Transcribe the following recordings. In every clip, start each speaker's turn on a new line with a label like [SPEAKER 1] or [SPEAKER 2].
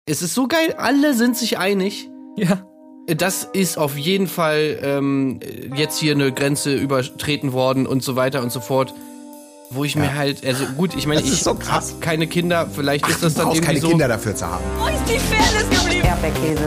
[SPEAKER 1] Es ist so geil, alle sind sich einig.
[SPEAKER 2] Ja.
[SPEAKER 1] Das ist auf jeden Fall jetzt hier eine Grenze übertreten worden und so weiter und so fort. Wo ich mir halt, also gut, ich meine, ich
[SPEAKER 3] so
[SPEAKER 1] hab keine Kinder, vielleicht ist das dann irgendwie
[SPEAKER 3] keine
[SPEAKER 1] so.
[SPEAKER 3] Kinder dafür zu haben.
[SPEAKER 4] Wo ist die Fairness geblieben?
[SPEAKER 5] Erdbeerkäse.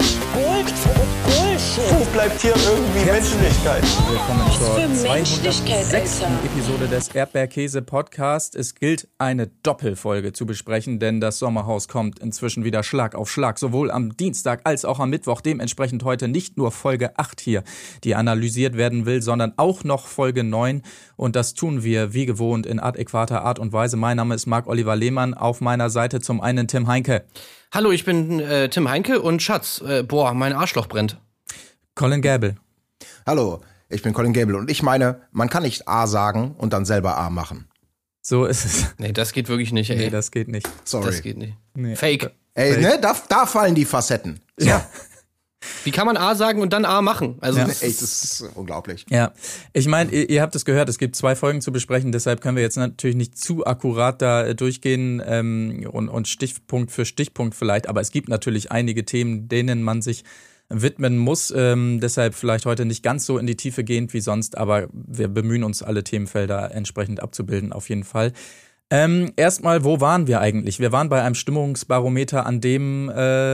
[SPEAKER 6] Wo bleibt hier irgendwie Menschlichkeit?
[SPEAKER 2] Willkommen zur
[SPEAKER 4] Menschlichkeit,
[SPEAKER 2] 206.
[SPEAKER 4] Alter.
[SPEAKER 2] Episode des Erdbeerkäse-Podcast. Es gilt eine Doppelfolge zu besprechen, denn das Sommerhaus kommt inzwischen wieder Schlag auf Schlag, sowohl am Dienstag als auch am Mittwoch. Dementsprechend heute nicht nur Folge 8 hier, die analysiert werden will, sondern auch noch Folge 9. Und das tun wir wie gewohnt in adäquater Art und Weise. Mein Name ist Marc-Oliver Lehmann, auf meiner Seite zum einen Tim Heinke.
[SPEAKER 1] Hallo, ich bin Tim Heinke und Schatz, mein Arschloch brennt.
[SPEAKER 2] Colin Gäbel.
[SPEAKER 3] Hallo, ich bin Colin Gäbel und ich meine, man kann nicht A sagen und dann selber A machen.
[SPEAKER 2] So ist es.
[SPEAKER 1] Nee, das geht wirklich nicht, ey.
[SPEAKER 2] Nee, das geht nicht.
[SPEAKER 3] Sorry.
[SPEAKER 1] Das geht nicht.
[SPEAKER 2] Nee.
[SPEAKER 1] Fake.
[SPEAKER 3] Ey, ne, da fallen die Facetten. So.
[SPEAKER 2] Ja.
[SPEAKER 1] Wie kann man A sagen und dann A machen? Also
[SPEAKER 2] Ja.
[SPEAKER 1] das
[SPEAKER 3] Ey,
[SPEAKER 1] ist,
[SPEAKER 3] das ist unglaublich.
[SPEAKER 2] Ja, ich meine, ihr habt es gehört, es gibt 2 Folgen zu besprechen, deshalb können wir jetzt natürlich nicht zu akkurat da durchgehen und Stichpunkt für Stichpunkt vielleicht, aber es gibt natürlich einige Themen, denen man sich widmen muss, deshalb vielleicht heute nicht ganz so in die Tiefe gehend wie sonst, aber wir bemühen uns, alle Themenfelder entsprechend abzubilden, auf jeden Fall. Erstmal, wo waren wir eigentlich? Wir waren bei einem Stimmungsbarometer, an dem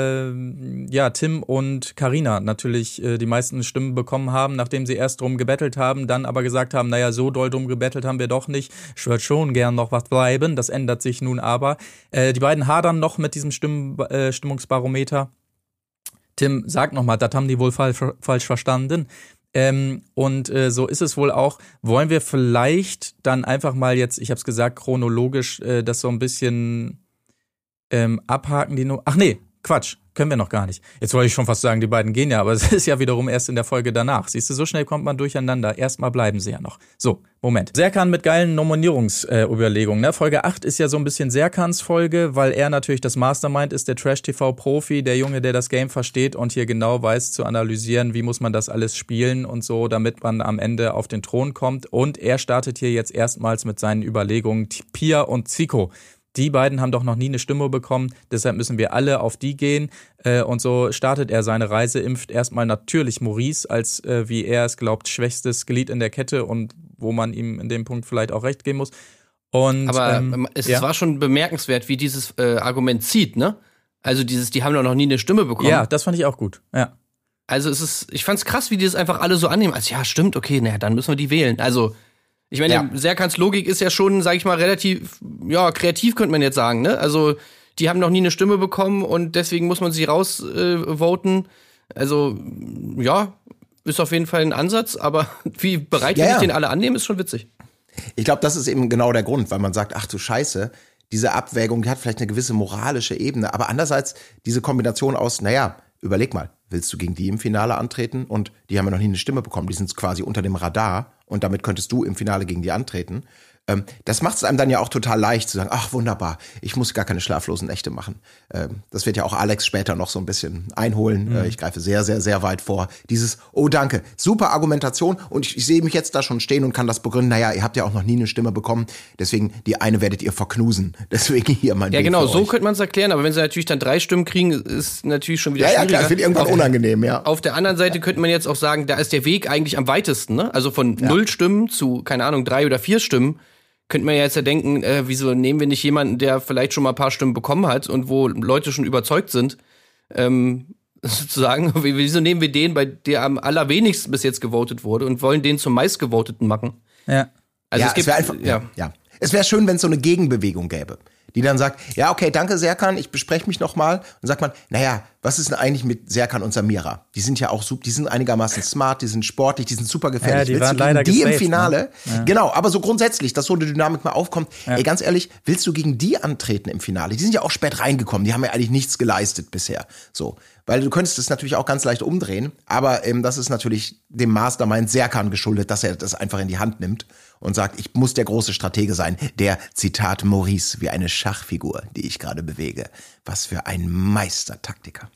[SPEAKER 2] Tim und Carina natürlich die meisten Stimmen bekommen haben, nachdem sie erst drum gebettelt haben, dann aber gesagt haben, naja, so doll drum gebettelt haben wir doch nicht. Ich würde schon gern noch was bleiben, das ändert sich nun aber. Die beiden hadern noch mit diesem Stimmungsbarometer. Tim, sag nochmal, das haben die wohl falsch verstanden. So ist es wohl auch. Wollen wir vielleicht dann einfach mal jetzt, ich habe es gesagt, chronologisch das so ein bisschen abhaken? Ach nee, Quatsch, können wir noch gar nicht. Jetzt wollte ich schon fast sagen, die beiden gehen ja, aber es ist ja wiederum erst in der Folge danach. Siehst du, so schnell kommt man durcheinander. Erstmal bleiben sie ja noch. So, Moment. Serkan mit geilen Nominierungsüberlegungen. Ne? Folge 8 ist ja so ein bisschen Serkans Folge, weil er natürlich das Mastermind ist, der Trash-TV-Profi, der Junge, der das Game versteht und hier genau weiß zu analysieren, wie muss man das alles spielen und so, damit man am Ende auf den Thron kommt. Und er startet hier jetzt erstmals mit seinen Überlegungen Pia und Zico. Die beiden haben doch noch nie eine Stimme bekommen, deshalb müssen wir alle auf die gehen. Und so startet er seine Reise, impft erstmal natürlich Maurice als, wie er es glaubt, schwächstes Glied in der Kette und wo man ihm in dem Punkt vielleicht auch recht geben muss.
[SPEAKER 1] Aber es war schon bemerkenswert, wie dieses Argument zieht, ne? Also die haben doch noch nie eine Stimme bekommen.
[SPEAKER 2] Ja, das fand ich auch gut, ja.
[SPEAKER 1] Also ich fand's krass, wie die das einfach alle so annehmen. Also ja, stimmt, okay, naja, dann müssen wir die wählen. Also ich meine, Serkans Logik ist ja schon, sag ich mal, relativ, kreativ könnte man jetzt sagen, ne? Also, die haben noch nie eine Stimme bekommen und deswegen muss man sie rausvoten. Also, ja, ist auf jeden Fall ein Ansatz, aber wie bereitwillig den alle annehmen, ist schon witzig.
[SPEAKER 3] Ich glaube, das ist eben genau der Grund, weil man sagt, ach du Scheiße, diese Abwägung, die hat vielleicht eine gewisse moralische Ebene, aber andererseits diese Kombination aus, naja, überleg mal, willst du gegen die im Finale antreten? Und die haben ja noch nie eine Stimme bekommen, die sind quasi unter dem Radar und damit könntest du im Finale gegen die antreten. Das macht es einem dann ja auch total leicht zu sagen, ach wunderbar, ich muss gar keine schlaflosen Nächte machen. Das wird ja auch Alex später noch so ein bisschen einholen. Ich greife sehr, sehr, sehr weit vor. Dieses, oh danke, super Argumentation und ich sehe mich jetzt da schon stehen und kann das begründen. Naja, ihr habt ja auch noch nie eine Stimme bekommen, deswegen die eine werdet ihr verknusen. Deswegen hier mein
[SPEAKER 1] Ja,
[SPEAKER 3] Bild
[SPEAKER 1] genau,
[SPEAKER 3] für
[SPEAKER 1] so
[SPEAKER 3] euch.
[SPEAKER 1] könnte man es erklären, aber wenn sie natürlich dann 3 Stimmen kriegen, ist natürlich schon wieder schwieriger.
[SPEAKER 3] Ja, klar, es wird irgendwann unangenehm, ja.
[SPEAKER 1] Auf der anderen Seite könnte man jetzt auch sagen, da ist der Weg eigentlich am weitesten, ne? Also von 0 Stimmen zu, keine Ahnung, 3 oder 4 Stimmen. Könnte man ja jetzt ja denken, wieso nehmen wir nicht jemanden, der vielleicht schon mal ein paar Stimmen bekommen hat und wo Leute schon überzeugt sind, sozusagen, wieso nehmen wir den, bei der am allerwenigsten bis jetzt gewotet wurde und wollen den zum meistgevoteten machen?
[SPEAKER 2] Ja.
[SPEAKER 1] Also
[SPEAKER 3] Ja,
[SPEAKER 1] es gibt,
[SPEAKER 3] wäre einfach, Es wäre schön, wenn es so eine Gegenbewegung gäbe, die dann sagt, ja, okay, danke Serkan, ich bespreche mich nochmal. Und sagt man, naja, was ist denn eigentlich mit Serkan und Samira? Die sind ja auch super, die sind einigermaßen smart, die sind sportlich, die sind super gefährlich.
[SPEAKER 2] Ja, die
[SPEAKER 3] willst
[SPEAKER 2] waren
[SPEAKER 3] du gegen
[SPEAKER 2] leider
[SPEAKER 3] die im
[SPEAKER 2] gesaved,
[SPEAKER 3] Finale?
[SPEAKER 2] ne? Ja.
[SPEAKER 3] Genau, aber so grundsätzlich, dass so eine Dynamik mal aufkommt.
[SPEAKER 2] Ja.
[SPEAKER 3] Ey, ganz ehrlich, willst du gegen die antreten im Finale? Die sind ja auch spät reingekommen, die haben ja eigentlich nichts geleistet bisher. So, weil du könntest es natürlich auch ganz leicht umdrehen, aber das ist natürlich dem Mastermind Serkan geschuldet, dass er das einfach in die Hand nimmt und sagt, ich muss der große Stratege sein, der, Zitat Maurice, wie eine Schachfigur, die ich gerade bewege. Was für ein Meistertaktiker.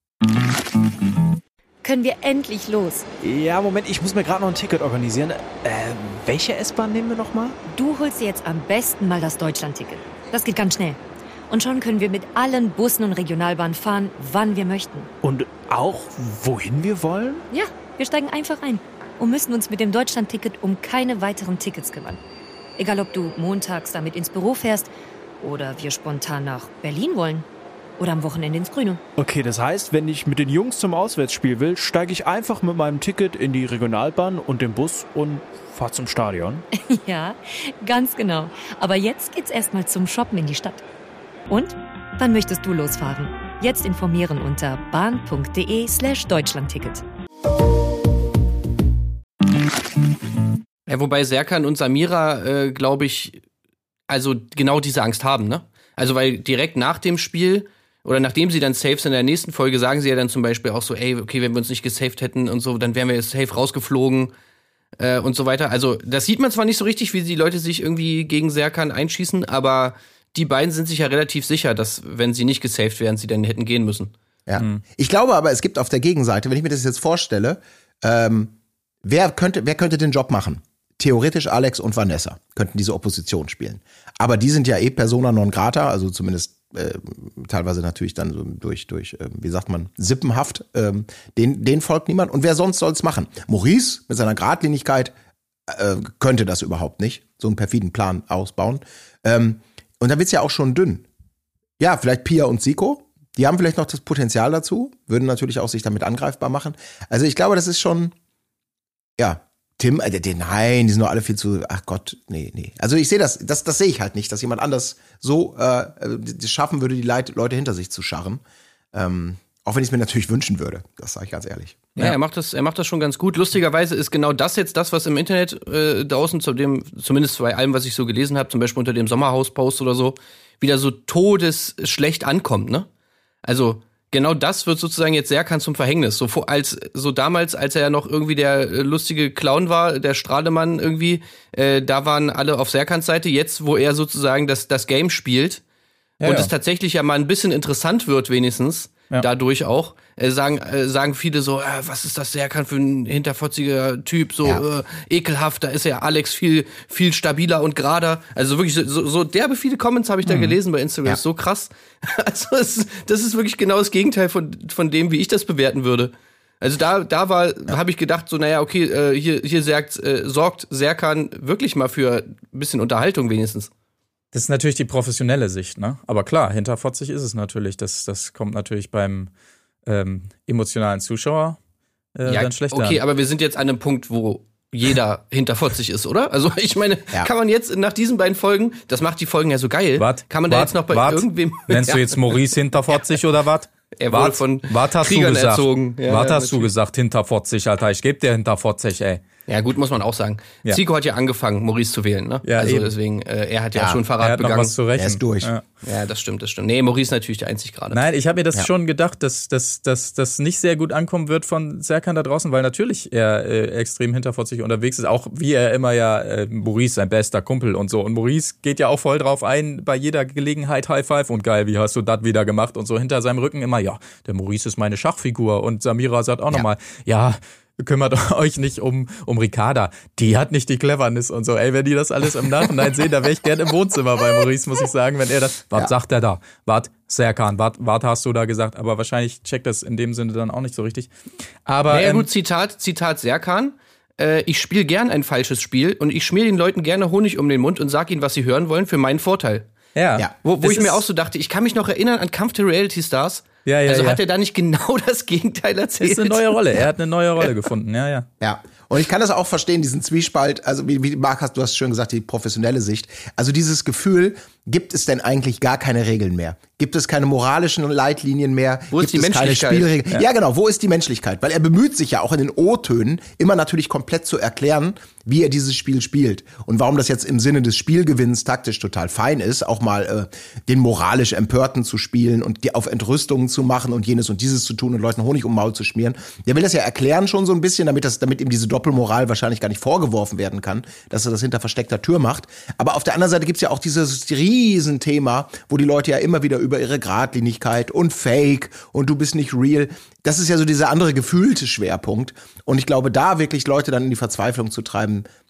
[SPEAKER 5] Können wir endlich los?
[SPEAKER 6] Ja, Moment, ich muss mir gerade noch ein Ticket organisieren. Welche S-Bahn nehmen wir nochmal?
[SPEAKER 5] Du holst dir jetzt am besten mal das Deutschland-Ticket. Das geht ganz schnell. Und schon können wir mit allen Bussen und Regionalbahnen fahren, wann wir möchten.
[SPEAKER 6] Und auch, wohin wir wollen?
[SPEAKER 5] Ja, wir steigen einfach ein und müssen uns mit dem Deutschland-Ticket um keine weiteren Tickets kümmern. Egal, ob du montags damit ins Büro fährst oder wir spontan nach Berlin wollen oder am Wochenende ins Grüne.
[SPEAKER 6] Okay, das heißt, wenn ich mit den Jungs zum Auswärtsspiel will, steige ich einfach mit meinem Ticket in die Regionalbahn und den Bus und fahre zum Stadion.
[SPEAKER 5] Ja, ganz genau. Aber jetzt geht's erstmal zum Shoppen in die Stadt. Und? Wann möchtest du losfahren? Jetzt informieren unter bahn.de/Deutschlandticket.
[SPEAKER 1] Ja, wobei Serkan und Samira, glaube ich, also genau diese Angst haben, ne? Also weil direkt nach dem Spiel oder nachdem sie dann safe sind in der nächsten Folge, sagen sie ja dann zum Beispiel auch so, ey, okay, wenn wir uns nicht gesaved hätten und so, dann wären wir jetzt safe rausgeflogen und so weiter. Also das sieht man zwar nicht so richtig, wie die Leute sich irgendwie gegen Serkan einschießen, aber die beiden sind sich ja relativ sicher, dass, wenn sie nicht gesaved wären, sie dann hätten gehen müssen.
[SPEAKER 3] Ja. Ich glaube aber, es gibt auf der Gegenseite, wenn ich mir das jetzt vorstelle, wer könnte den Job machen? Theoretisch Alex und Vanessa könnten diese Opposition spielen. Aber die sind ja persona non grata, also zumindest teilweise natürlich dann so durch wie sagt man, Sippenhaft. Den folgt niemand. Und wer sonst soll es machen? Maurice mit seiner Geradlinigkeit könnte das überhaupt nicht, so einen perfiden Plan ausbauen. Und da wird's ja auch schon dünn. Ja, vielleicht Pia und Siko, die haben vielleicht noch das Potenzial dazu, würden natürlich auch sich damit angreifbar machen. Also ich glaube, das ist schon, ja, Tim, nein, die sind doch alle viel zu, ach Gott, nee. Also ich sehe das sehe ich halt nicht, dass jemand anders so das schaffen würde, die Leute hinter sich zu scharren. Auch wenn ich es mir natürlich wünschen würde, das sage ich ganz ehrlich.
[SPEAKER 1] Ja, er macht das schon ganz gut. Lustigerweise ist genau das jetzt das, was im Internet draußen, zumindest bei allem, was ich so gelesen habe, zum Beispiel unter dem Sommerhaus-Post oder so, wieder so todesschlecht ankommt, ne? Also genau das wird sozusagen jetzt Serkan zum Verhängnis. So damals, als er ja noch irgendwie der lustige Clown war, der Strahlemann irgendwie, da waren alle auf Serkans Seite. Jetzt, wo er sozusagen das Game spielt und es tatsächlich ja mal ein bisschen interessant wird wenigstens, dadurch auch, sagen viele so, was ist das Serkan für ein hinterfotziger Typ, so ekelhaft, da ist ja Alex viel, viel stabiler und gerader. Also wirklich so derbe viele Comments habe ich da gelesen bei Instagram, ist so krass. Also das ist wirklich genau das Gegenteil von dem, wie ich das bewerten würde. Also da habe ich gedacht, so, naja, okay, hier sorgt Serkan wirklich mal für ein bisschen Unterhaltung wenigstens.
[SPEAKER 2] Das ist natürlich die professionelle Sicht, ne? Aber klar, hinterfotzig ist es natürlich. Das kommt natürlich beim emotionalen Zuschauer dann schlechter an.
[SPEAKER 1] Okay, aber wir sind jetzt an einem Punkt, wo jeder hinterfotzig ist, oder? Also ich meine, kann man jetzt nach diesen beiden Folgen, das macht die Folgen ja so geil, kann man da jetzt noch bei irgendwem...
[SPEAKER 2] Nennst du jetzt Maurice hinterfotzig oder was?
[SPEAKER 1] Er wurde von Kriegern erzogen.
[SPEAKER 2] Was hast du gesagt, hinterfotzig, Alter? Ich geb dir hinterfotzig, ey.
[SPEAKER 1] Ja gut, muss man auch sagen. Ja. Zico hat ja angefangen, Maurice zu wählen, ne? Ja, also eben. Deswegen, er hat ja schon Verrat begangen.
[SPEAKER 2] Noch was zu rächen.
[SPEAKER 3] Er ist durch.
[SPEAKER 1] Ja, das stimmt. Nee, Maurice ist natürlich der einzig gerade.
[SPEAKER 2] Nein, ich habe mir das schon gedacht, dass das nicht sehr gut ankommen wird von Serkan da draußen, weil natürlich er extrem hinterfotzig unterwegs ist, auch wie er immer Maurice, sein bester Kumpel und so. Und Maurice geht ja auch voll drauf ein, bei jeder Gelegenheit High Five und geil, wie hast du das wieder gemacht und so hinter seinem Rücken immer, ja, der Maurice ist meine Schachfigur und Samira sagt auch nochmal, kümmert euch nicht um Ricarda. Die hat nicht die Cleverness und so. Ey, wenn die das alles im Nachhinein sehen, da wäre ich gerne im Wohnzimmer bei Maurice, muss ich sagen, wenn er das, was sagt er da? Serkan, was hast du da gesagt? Aber wahrscheinlich checkt das in dem Sinne dann auch nicht so richtig. Aber
[SPEAKER 1] naja, gut, Zitat Serkan. Ich spiele gern ein falsches Spiel und ich schmier den Leuten gerne Honig um den Mund und sag ihnen, was sie hören wollen, für meinen Vorteil.
[SPEAKER 2] Ja.
[SPEAKER 1] Wo ich mir auch so dachte, ich kann mich noch erinnern an Kampf der Reality Stars. Hat er da nicht genau das Gegenteil erzählt?
[SPEAKER 2] Das ist eine neue Rolle. Er hat eine neue Rolle gefunden. Ja.
[SPEAKER 3] Und ich kann das auch verstehen, diesen Zwiespalt, also wie Marc, du hast schön gesagt, die professionelle Sicht. Also dieses Gefühl, gibt es denn eigentlich gar keine Regeln mehr? Gibt es keine moralischen Leitlinien mehr?
[SPEAKER 1] Wo ist die Menschlichkeit?
[SPEAKER 3] Keine Spielregeln? Ja, genau, wo ist die Menschlichkeit? Weil er bemüht sich ja auch in den O-Tönen immer natürlich komplett zu erklären, wie er dieses Spiel spielt. Und warum das jetzt im Sinne des Spielgewinns taktisch total fein ist, auch mal den moralisch Empörten zu spielen und die auf Entrüstungen zu machen und jenes und dieses zu tun und Leuten Honig um den Maul zu schmieren. Der will das ja erklären schon so ein bisschen, damit ihm diese Doppelmoral wahrscheinlich gar nicht vorgeworfen werden kann, dass er das hinter versteckter Tür macht. Aber auf der anderen Seite gibt's ja auch dieses Riesenthema, wo die Leute ja immer wieder über ihre Gradlinigkeit und Fake und du bist nicht real. Das ist ja so dieser andere gefühlte Schwerpunkt. Und ich glaube, da wirklich Leute dann in die Verzweiflung zu treiben,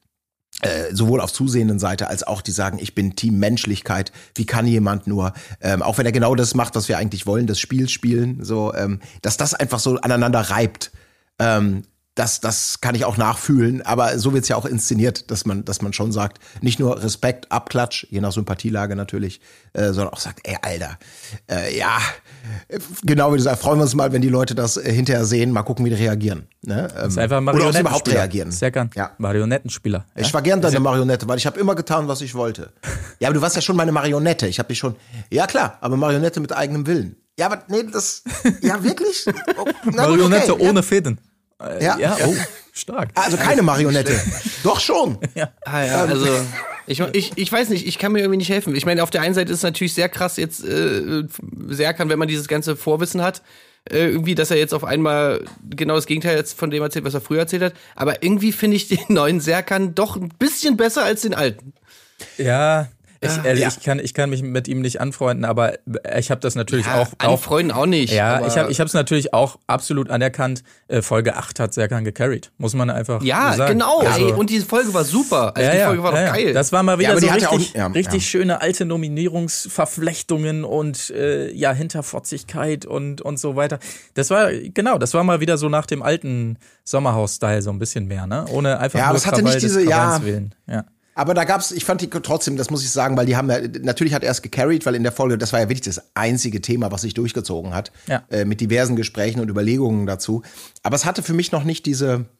[SPEAKER 3] sowohl auf zusehenden Seite als auch die sagen, ich bin Team Menschlichkeit. Wie kann jemand nur, auch wenn er genau das macht, was wir eigentlich wollen, das Spiel spielen, so, dass das einfach so aneinander reibt. Das kann ich auch nachfühlen, aber so wird's ja auch inszeniert, dass man schon sagt, nicht nur Respekt, Abklatsch, je nach Sympathielage natürlich, sondern auch sagt, ey, Alter, ja, genau wie du sagst, freuen wir uns mal, wenn die Leute das hinterher sehen, mal gucken, wie die reagieren. Ne?
[SPEAKER 2] Das ist einfach
[SPEAKER 3] oder ob sie überhaupt reagieren.
[SPEAKER 2] Serkan,
[SPEAKER 3] ja.
[SPEAKER 2] Marionettenspieler. Ja?
[SPEAKER 3] Ich war gern deine Marionette, weil ich habe immer getan, was ich wollte. Ja, aber du warst ja schon meine Marionette. Ich habe dich schon, ja klar, aber Marionette mit eigenem Willen. Ja, aber nee, das, ja wirklich? Oh, na,
[SPEAKER 2] Marionette
[SPEAKER 3] okay,
[SPEAKER 2] ohne Fäden.
[SPEAKER 3] Ja.
[SPEAKER 2] Oh, stark.
[SPEAKER 3] Also keine Marionette. Doch schon.
[SPEAKER 1] Ja, also ich weiß nicht, ich kann mir irgendwie nicht helfen. Ich meine, auf der einen Seite ist es natürlich sehr krass jetzt Serkan, wenn man dieses ganze Vorwissen hat, irgendwie, dass er jetzt auf einmal genau das Gegenteil jetzt von dem erzählt, was er früher erzählt hat. Aber irgendwie finde ich den neuen Serkan doch ein bisschen besser als den alten.
[SPEAKER 2] Ja. Ich kann mich mit ihm nicht anfreunden, aber ich habe das natürlich auch
[SPEAKER 1] anfreunden auch nicht.
[SPEAKER 2] Ja, ich habe es natürlich auch absolut anerkannt. Folge 8 hat Serkan gecarried, muss man einfach sagen. Ja,
[SPEAKER 1] genau.
[SPEAKER 2] Also,
[SPEAKER 1] ey, und diese Folge war super. Also die Folge war doch geil.
[SPEAKER 2] Das war mal wieder so richtig
[SPEAKER 3] auch,
[SPEAKER 2] schöne alte Nominierungsverflechtungen und Hinterfotzigkeit und so weiter. Das war mal wieder so nach dem alten Sommerhaus-Style so ein bisschen mehr, ne? Ohne einfach nur
[SPEAKER 3] aber es hatte nicht diese,
[SPEAKER 2] Willen. Ja.
[SPEAKER 3] Aber da gab's, ich fand die trotzdem, das muss ich sagen, weil die haben natürlich hat er es gecarried, weil in der Folge, das war ja wirklich das einzige Thema, was sich durchgezogen hat, mit diversen Gesprächen und Überlegungen dazu. Aber es hatte für mich noch nicht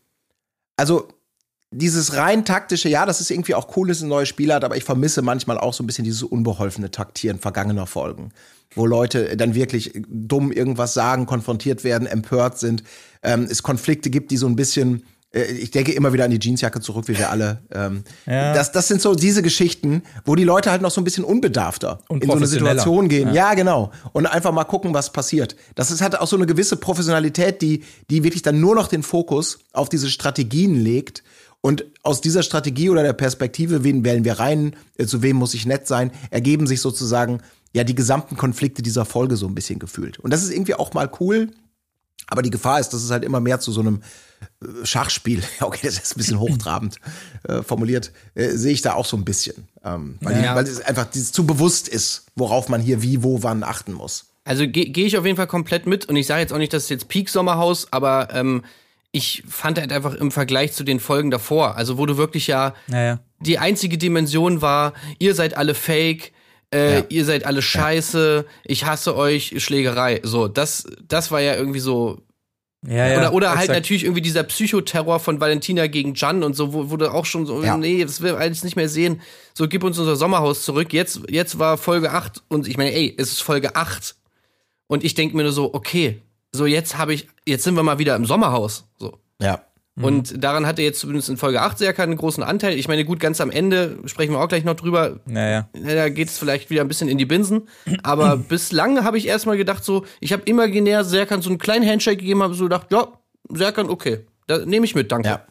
[SPEAKER 3] dieses rein taktische, ja, das ist irgendwie auch cool, dass es ein neues Spiel hat, aber ich vermisse manchmal auch so ein bisschen dieses unbeholfene Taktieren vergangener Folgen, wo Leute dann wirklich dumm irgendwas sagen, konfrontiert werden, empört sind, es Konflikte gibt, die so ein bisschen, ich denke immer wieder an die Jeansjacke zurück, wie wir alle. Das sind so diese Geschichten, wo die Leute halt noch so ein bisschen unbedarfter in so eine Situation gehen. Ja, genau. Und einfach mal gucken, was passiert. Hat auch so eine gewisse Professionalität, die wirklich dann nur noch den Fokus auf diese Strategien legt. Und aus dieser Strategie oder der Perspektive, wen wählen wir rein, zu wem muss ich nett sein, ergeben sich sozusagen ja die gesamten Konflikte dieser Folge so ein bisschen gefühlt. Und das ist irgendwie auch mal cool. Aber die Gefahr ist, dass es halt immer mehr zu so einem Schachspiel, okay, das ist ein bisschen hochtrabend formuliert, sehe ich da auch so ein bisschen. Weil es einfach zu bewusst ist, worauf man hier wie, wo, wann achten muss.
[SPEAKER 1] Also gehe ich auf jeden Fall komplett mit. Und ich sage jetzt auch nicht, dass es jetzt Peak-Sommerhaus, aber ich fand halt einfach im Vergleich zu den Folgen davor, also wo du wirklich die einzige Dimension war, ihr seid alle fake, ihr seid alle scheiße, ich hasse euch, Schlägerei. So, das war ja irgendwie so. Oder halt natürlich irgendwie dieser Psychoterror von Valentina gegen Can und so, wo du auch schon so, nee, das will alles nicht mehr sehen. So, gib uns unser Sommerhaus zurück. Jetzt war Folge 8 und ich meine, es ist Folge 8. Und ich denke mir nur so, okay, so jetzt sind wir mal wieder im Sommerhaus. So.
[SPEAKER 3] Ja.
[SPEAKER 1] Und daran hatte jetzt zumindest in Folge 8 sehr keinen großen Anteil. Ich meine, gut, ganz am Ende sprechen wir auch gleich noch drüber. Da geht es vielleicht wieder ein bisschen in die Binsen. Aber bislang habe ich erstmal gedacht, so, ich habe imaginär Serkan so einen kleinen Handshake gegeben, habe so gedacht, ja, Serkan, okay, da nehme ich mit, danke.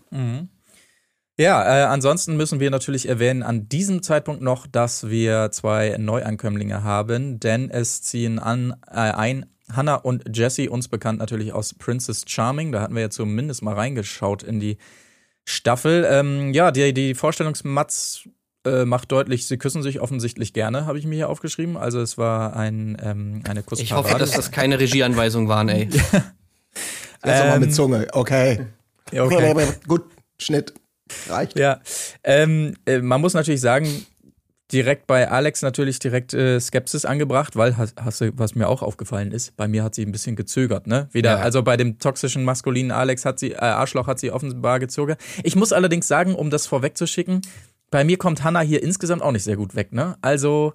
[SPEAKER 2] Ja. Ansonsten müssen wir natürlich erwähnen an diesem Zeitpunkt noch, dass wir 2 Neuankömmlinge haben, denn es ziehen ein Hannah und Jessie, uns bekannt natürlich aus Princess Charming. Da hatten wir ja zumindest mal reingeschaut in die Staffel. Die Vorstellungsmatz macht deutlich, sie küssen sich offensichtlich gerne, habe ich mir hier aufgeschrieben. Also es war eine Kussparade.
[SPEAKER 1] Ich hoffe, dass das keine Regieanweisungen waren, ey.
[SPEAKER 3] Jetzt nochmal mit Zunge, okay. Gut, Schnitt, reicht.
[SPEAKER 2] Ja, man muss natürlich sagen, direkt bei Alex natürlich Skepsis angebracht, weil, was mir auch aufgefallen ist, bei mir hat sie ein bisschen gezögert, ne? Also bei dem toxischen, maskulinen Arschloch hat sie offenbar gezögert. Ich muss allerdings sagen, um das vorwegzuschicken, bei mir kommt Hannah hier insgesamt auch nicht sehr gut weg, ne? Also,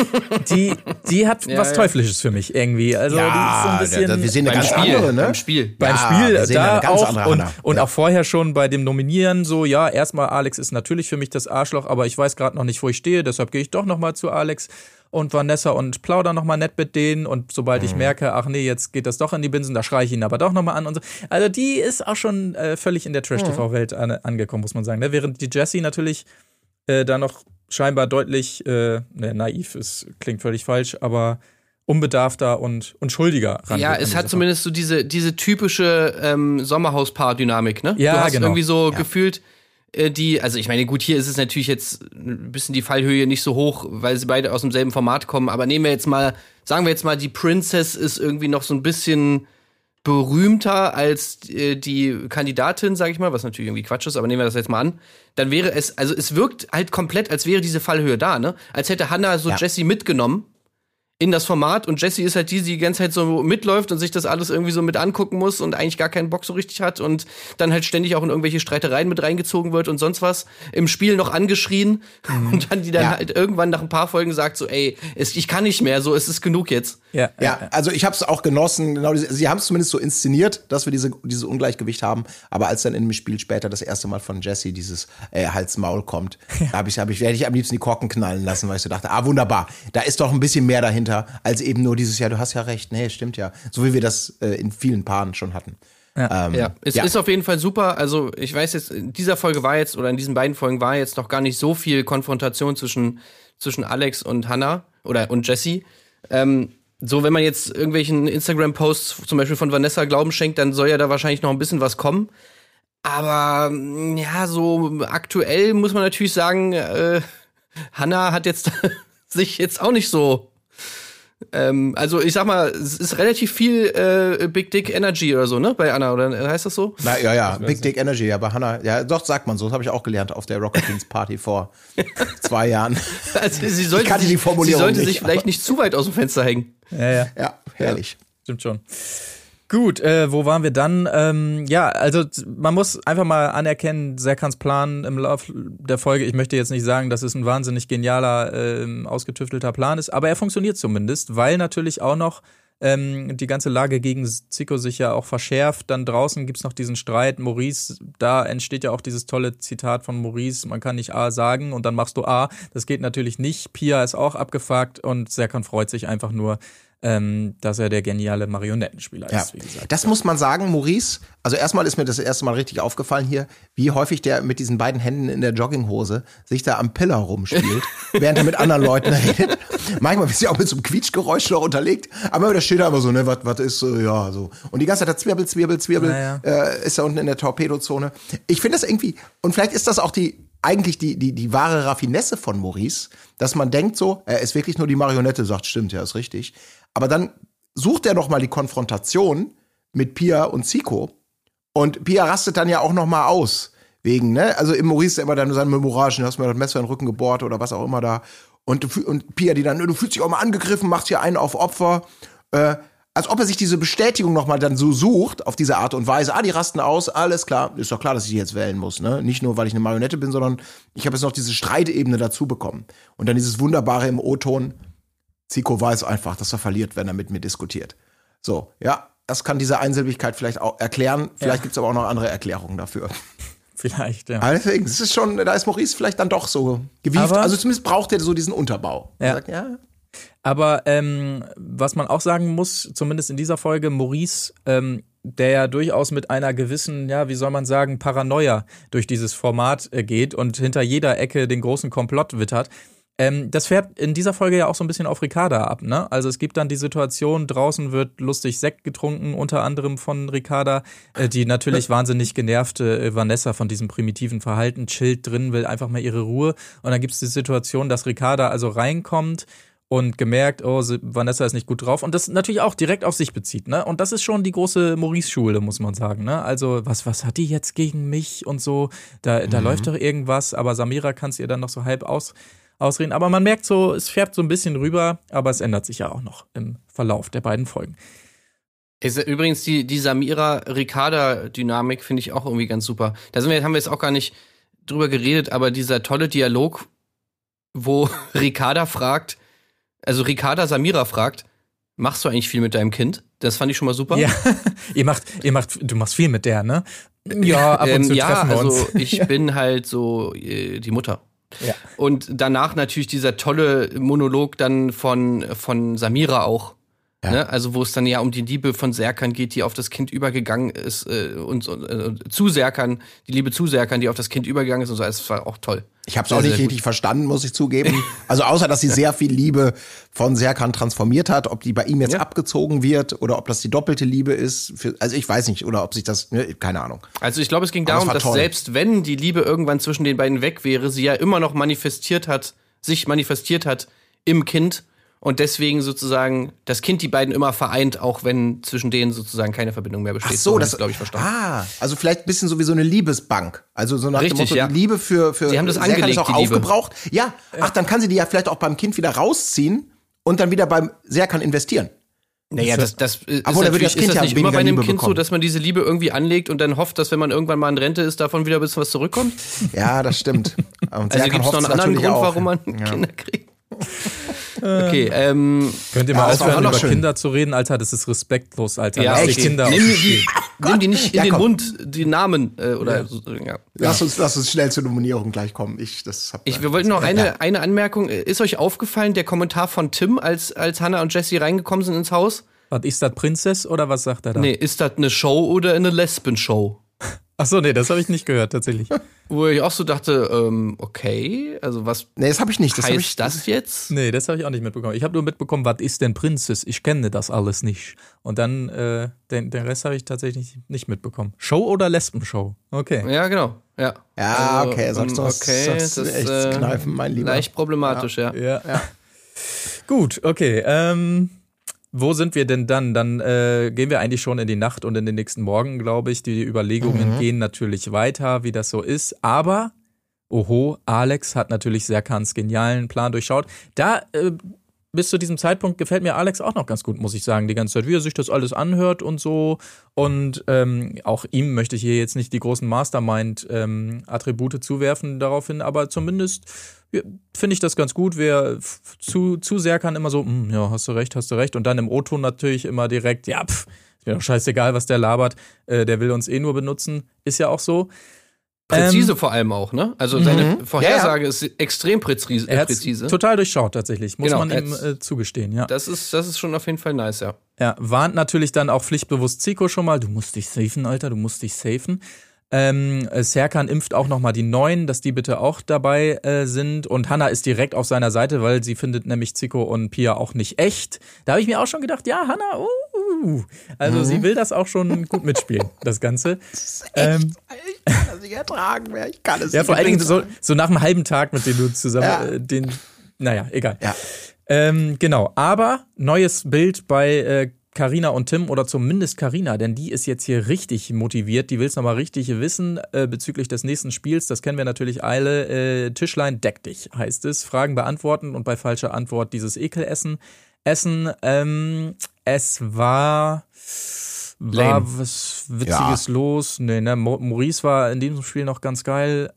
[SPEAKER 2] die hat was Teuflisches für mich irgendwie. Also, die ist so ein bisschen.
[SPEAKER 3] Wir sehen eine ganz andere, ne?
[SPEAKER 2] Beim Spiel da auch. Und auch vorher schon bei dem Nominieren so, erstmal Alex ist natürlich für mich das Arschloch, aber ich weiß gerade noch nicht, wo ich stehe, deshalb gehe ich doch nochmal zu Alex und Vanessa und plauder nochmal nett mit denen und sobald ich merke, ach nee, jetzt geht das doch in die Binsen, da schreie ich ihn aber doch nochmal an und so. Also, die ist auch schon völlig in der Trash-TV-Welt angekommen, muss man sagen, ne? Während die Jessie natürlich da noch scheinbar deutlich naiv ist, klingt völlig falsch, aber unbedarfter und schuldiger ran.
[SPEAKER 1] Ja, es hat zumindest so diese typische Sommerhauspaar-Dynamik, ne?
[SPEAKER 2] Ja,
[SPEAKER 1] du hast
[SPEAKER 2] genau.
[SPEAKER 1] irgendwie so gefühlt, also ich meine, gut, hier ist es natürlich jetzt ein bisschen die Fallhöhe nicht so hoch, weil sie beide aus demselben Format kommen, aber sagen wir jetzt mal, die Princess ist irgendwie noch so ein bisschen berühmter als die Kandidatin, sag ich mal, was natürlich irgendwie Quatsch ist, aber nehmen wir das jetzt mal an, dann wäre es, also es wirkt halt komplett, als wäre diese Fallhöhe da, ne? Als hätte Hannah so Jessie mitgenommen in das Format und Jessie ist halt die ganze Zeit so mitläuft und sich das alles irgendwie so mit angucken muss und eigentlich gar keinen Bock so richtig hat und dann halt ständig auch in irgendwelche Streitereien mit reingezogen wird und sonst was, im Spiel noch angeschrien und dann die dann halt irgendwann nach ein paar Folgen sagt so, ey, ich kann nicht mehr, so, es ist genug jetzt.
[SPEAKER 3] Ja, also ich habe es auch genossen, genau, sie haben es zumindest so inszeniert, dass wir dieses Ungleichgewicht haben, aber als dann in dem Spiel später das erste Mal von Jessie dieses Hals-Maul kommt, hätte ich am liebsten die Korken knallen lassen, weil ich so dachte, wunderbar, da ist doch ein bisschen mehr dahinter, als eben nur dieses, du hast ja recht, nee, stimmt ja, so wie wir das in vielen Paaren schon hatten.
[SPEAKER 1] Es ist auf jeden Fall super, also ich weiß jetzt, in dieser Folge war jetzt, oder in diesen beiden Folgen war jetzt noch gar nicht so viel Konfrontation zwischen Alex und Hannah und Jessie. So, wenn man jetzt irgendwelchen Instagram-Posts zum Beispiel von Vanessa Glauben schenkt, dann soll ja da wahrscheinlich noch ein bisschen was kommen. Aber ja, so aktuell muss man natürlich sagen, Hannah hat jetzt sich jetzt auch nicht so. Also ich sag mal, es ist relativ viel Big Dick Energy oder so, ne? Bei Anna, oder heißt das so?
[SPEAKER 3] Na, ja, Big Dick Energy, ja, bei Hannah, ja, doch, sagt man so, das habe ich auch gelernt auf der Rocket Beans Party vor 2 Jahren.
[SPEAKER 1] Also sie sollte sich vielleicht nicht zu weit aus dem Fenster hängen.
[SPEAKER 3] Ja, herrlich.
[SPEAKER 2] Stimmt schon. Gut, wo waren wir dann? Also man muss einfach mal anerkennen, Serkans Plan im Laufe der Folge, ich möchte jetzt nicht sagen, dass es ein wahnsinnig genialer, ausgetüftelter Plan ist, aber er funktioniert zumindest, weil natürlich auch noch die ganze Lage gegen Zico sich ja auch verschärft. Dann draußen gibt's noch diesen Streit. Maurice, da entsteht ja auch dieses tolle Zitat von Maurice, man kann nicht A sagen und dann machst du A. Das geht natürlich nicht. Pia ist auch abgefuckt und Serkan freut sich einfach nur, dass er der geniale Marionettenspieler ist, wie gesagt.
[SPEAKER 3] Das muss man sagen, Maurice, also erstmal ist mir das erste Mal richtig aufgefallen hier, wie häufig der mit diesen beiden Händen in der Jogginghose sich da am Pillar rumspielt, während er mit anderen Leuten redet. Manchmal ist er auch mit so einem Quietschgeräusch noch unterlegt, aber da steht er aber so, ne, was ist so, ja, so. Und die ganze Zeit Zwirbel, ist da unten in der Torpedozone. Ich finde das irgendwie, und vielleicht ist das auch die wahre Raffinesse von Maurice, dass man denkt so, er ist wirklich nur die Marionette, sagt, stimmt, ja, ist richtig. Aber dann sucht er noch mal die Konfrontation mit Pia und Zico. Und Pia rastet dann ja auch noch mal aus. Wegen, ne? Also im Maurice ist immer dann seine Memoragen, hast mir das Messer in den Rücken gebohrt oder was auch immer da. Und Pia, die dann, du fühlst dich auch mal angegriffen, machst hier einen auf Opfer. Als ob er sich diese Bestätigung noch mal dann so sucht, auf diese Art und Weise. Die rasten aus, alles klar. Ist doch klar, dass ich die jetzt wählen muss, ne? Nicht nur, weil ich eine Marionette bin, sondern ich habe jetzt noch diese Streitebene dazu bekommen. Und dann dieses Wunderbare im O-Ton, Zico weiß einfach, dass er verliert, wenn er mit mir diskutiert. So, ja, das kann diese Einsilbigkeit vielleicht auch erklären. Vielleicht gibt's aber auch noch andere Erklärungen dafür.
[SPEAKER 2] Vielleicht, ja.
[SPEAKER 3] Aber deswegen, das ist schon, da ist Maurice vielleicht dann doch so gewieft. Also zumindest braucht er so diesen Unterbau.
[SPEAKER 2] Ja.
[SPEAKER 3] Sagt, ja.
[SPEAKER 2] Aber was man auch sagen muss, zumindest in dieser Folge, Maurice, der ja durchaus mit einer gewissen, ja, wie soll man sagen, Paranoia durch dieses Format geht und hinter jeder Ecke den großen Komplott wittert. Das fährt in dieser Folge ja auch so ein bisschen auf Ricarda ab, ne? Also es gibt dann die Situation, draußen wird lustig Sekt getrunken, unter anderem von Ricarda, die natürlich wahnsinnig genervte Vanessa von diesem primitiven Verhalten chillt drin, will einfach mal ihre Ruhe. Und dann gibt es die Situation, dass Ricarda also reinkommt und gemerkt, Vanessa ist nicht gut drauf und das natürlich auch direkt auf sich bezieht, ne? Und das ist schon die große Maurice-Schule, muss man sagen, ne? Also, was hat die jetzt gegen mich und so? Da läuft doch irgendwas, aber Samira kann es ihr dann noch so halb ausreden. Aber man merkt so, es färbt so ein bisschen rüber, aber es ändert sich ja auch noch im Verlauf der beiden Folgen.
[SPEAKER 1] Übrigens, die Samira-Ricarda-Dynamik finde ich auch irgendwie ganz super. Da haben wir jetzt auch gar nicht drüber geredet, aber dieser tolle Dialog, wo Ricarda Samira fragt, machst du eigentlich viel mit deinem Kind? Das fand ich schon mal super.
[SPEAKER 2] Ja, du machst viel mit der, ne? Ja, ab und zu treffen wir uns.
[SPEAKER 1] Also ich bin halt so die Mutter.
[SPEAKER 2] Ja.
[SPEAKER 1] Und danach natürlich dieser tolle Monolog dann von Samira auch,
[SPEAKER 3] Ja.
[SPEAKER 1] Ne? Also wo es dann ja um die Liebe von Serkan geht, die auf das Kind übergegangen ist und zu Serkan, die Liebe zu Serkan, die auf das Kind übergegangen ist und so. Das war auch toll.
[SPEAKER 3] Ich habe es auch nicht richtig verstanden, muss ich zugeben. Also außer, dass sie sehr viel Liebe von Serkan transformiert hat, ob die bei ihm jetzt abgezogen wird oder ob das die doppelte Liebe ist. Also ich weiß nicht, oder ob sich das, keine Ahnung.
[SPEAKER 1] Also ich glaube, es ging darum, dass selbst wenn die Liebe irgendwann zwischen den beiden weg wäre, sie ja immer noch sich manifestiert hat im Kind. Und deswegen sozusagen das Kind die beiden immer vereint, auch wenn zwischen denen sozusagen keine Verbindung mehr besteht.
[SPEAKER 3] Ach so,
[SPEAKER 1] das glaube ich verstanden.
[SPEAKER 3] Also vielleicht ein bisschen so wie so eine Liebesbank. Also so nach dem Motto, die Liebe für
[SPEAKER 1] Sie haben das
[SPEAKER 3] Serkan
[SPEAKER 1] angelegt,
[SPEAKER 3] ist auch
[SPEAKER 1] die Liebe.
[SPEAKER 3] aufgebraucht. Ja, ach, dann kann sie die ja vielleicht auch beim Kind wieder rausziehen und dann wieder beim Serkan investieren.
[SPEAKER 1] Naja, das ist
[SPEAKER 3] aber
[SPEAKER 1] natürlich
[SPEAKER 3] das kind
[SPEAKER 1] ist das
[SPEAKER 3] ja
[SPEAKER 1] nicht immer bei einem
[SPEAKER 3] Liebe
[SPEAKER 1] Kind
[SPEAKER 3] bekommen.
[SPEAKER 1] so, dass man diese Liebe irgendwie anlegt und dann hofft, dass wenn man irgendwann mal in Rente ist, davon wieder ein bisschen was zurückkommt?
[SPEAKER 3] Ja, das stimmt. Und
[SPEAKER 1] Also gibt es noch einen anderen Grund, warum man Kinder kriegt? Okay,
[SPEAKER 2] Könnt ihr mal
[SPEAKER 3] das war
[SPEAKER 2] aufhören,
[SPEAKER 3] auch noch
[SPEAKER 2] über
[SPEAKER 3] schön.
[SPEAKER 2] Kinder zu reden, Alter? Das ist respektlos, Alter.
[SPEAKER 1] ja,
[SPEAKER 2] Lass
[SPEAKER 1] okay.
[SPEAKER 2] die Kinder
[SPEAKER 1] Nimm die nicht in
[SPEAKER 3] Ja,
[SPEAKER 1] den
[SPEAKER 3] komm.
[SPEAKER 1] Mund, die Namen oder so, ja.
[SPEAKER 3] Lass uns schnell zur Nominierung gleich kommen.
[SPEAKER 1] Wir wollten noch eine Anmerkung. Ist euch aufgefallen, der Kommentar von Tim, als Hannah und Jessie reingekommen sind ins Haus?
[SPEAKER 2] Was ist das, Prinzess oder was sagt er da?
[SPEAKER 1] Nee, ist das eine Show oder eine Lesben-Show?
[SPEAKER 2] Achso, nee, das habe ich nicht gehört, tatsächlich.
[SPEAKER 1] Wo ich auch so dachte, okay, also was
[SPEAKER 3] Nee, das habe ich nicht.
[SPEAKER 1] heißt das jetzt?
[SPEAKER 2] Nee, das habe ich auch nicht mitbekommen. Ich habe nur mitbekommen, was ist denn Prinzess? Ich kenne das alles nicht. Und dann, den Rest habe ich tatsächlich nicht mitbekommen. Show oder Lesbenshow? Okay.
[SPEAKER 1] Ja, genau. Ja,
[SPEAKER 3] Ja,
[SPEAKER 1] Also,
[SPEAKER 3] okay, sonst
[SPEAKER 1] das ist
[SPEAKER 3] echt kneifen, mein Lieber.
[SPEAKER 1] leicht problematisch, ja.
[SPEAKER 2] Ja. Gut, okay. Wo sind wir denn dann? Dann gehen wir eigentlich schon in die Nacht und in den nächsten Morgen, glaube ich. Die Überlegungen gehen natürlich weiter, wie das so ist. Aber, Alex hat natürlich Serkans genialen Plan durchschaut. Da, bis zu diesem Zeitpunkt gefällt mir Alex auch noch ganz gut, muss ich sagen. Die ganze Zeit, wie er sich das alles anhört und so. Und auch ihm möchte ich hier jetzt nicht die großen Mastermind-Attribute zuwerfen daraufhin, aber zumindest finde ich das ganz gut. Wer zu sehr kann immer so, ja, hast du recht. Und dann im O-Ton natürlich immer direkt, ja, ist mir doch scheißegal, was der labert. Der will uns eh nur benutzen. Ist ja auch so.
[SPEAKER 1] Präzise vor allem auch, ne? Also seine Vorhersage ist extrem präzise.
[SPEAKER 2] Er hat's total durchschaut tatsächlich, muss
[SPEAKER 1] Genau,
[SPEAKER 2] man ihm zugestehen, ja.
[SPEAKER 1] Das ist schon auf jeden Fall nice, ja.
[SPEAKER 2] Ja, warnt natürlich dann auch pflichtbewusst Zico schon mal, du musst dich safen, Alter, du musst dich safen. Serkan impft auch nochmal die Neuen, dass die bitte auch dabei sind. Und Hannah ist direkt auf seiner Seite, weil sie findet nämlich Zico und Pia auch nicht echt. Da habe ich mir auch schon gedacht, ja, Hannah, also sie will das auch schon gut mitspielen, das Ganze.
[SPEAKER 3] Ich kann das nicht ertragen mehr. Ich kann es
[SPEAKER 2] Ja,
[SPEAKER 3] nicht
[SPEAKER 2] vor allen Dingen
[SPEAKER 3] ertragen.
[SPEAKER 2] so nach einem halben Tag, mit dem du zusammen, naja, egal.
[SPEAKER 3] Ja.
[SPEAKER 2] Genau, aber neues Bild bei Carina und Tim oder zumindest Carina, denn die ist jetzt hier richtig motiviert, die will es nochmal richtig wissen bezüglich des nächsten Spiels, das kennen wir natürlich alle, Tischlein deck dich heißt es, Fragen beantworten und bei falscher Antwort dieses Ekelessen essen. Es war was Witziges los. Nee, ne, Maurice war in diesem Spiel noch ganz geil.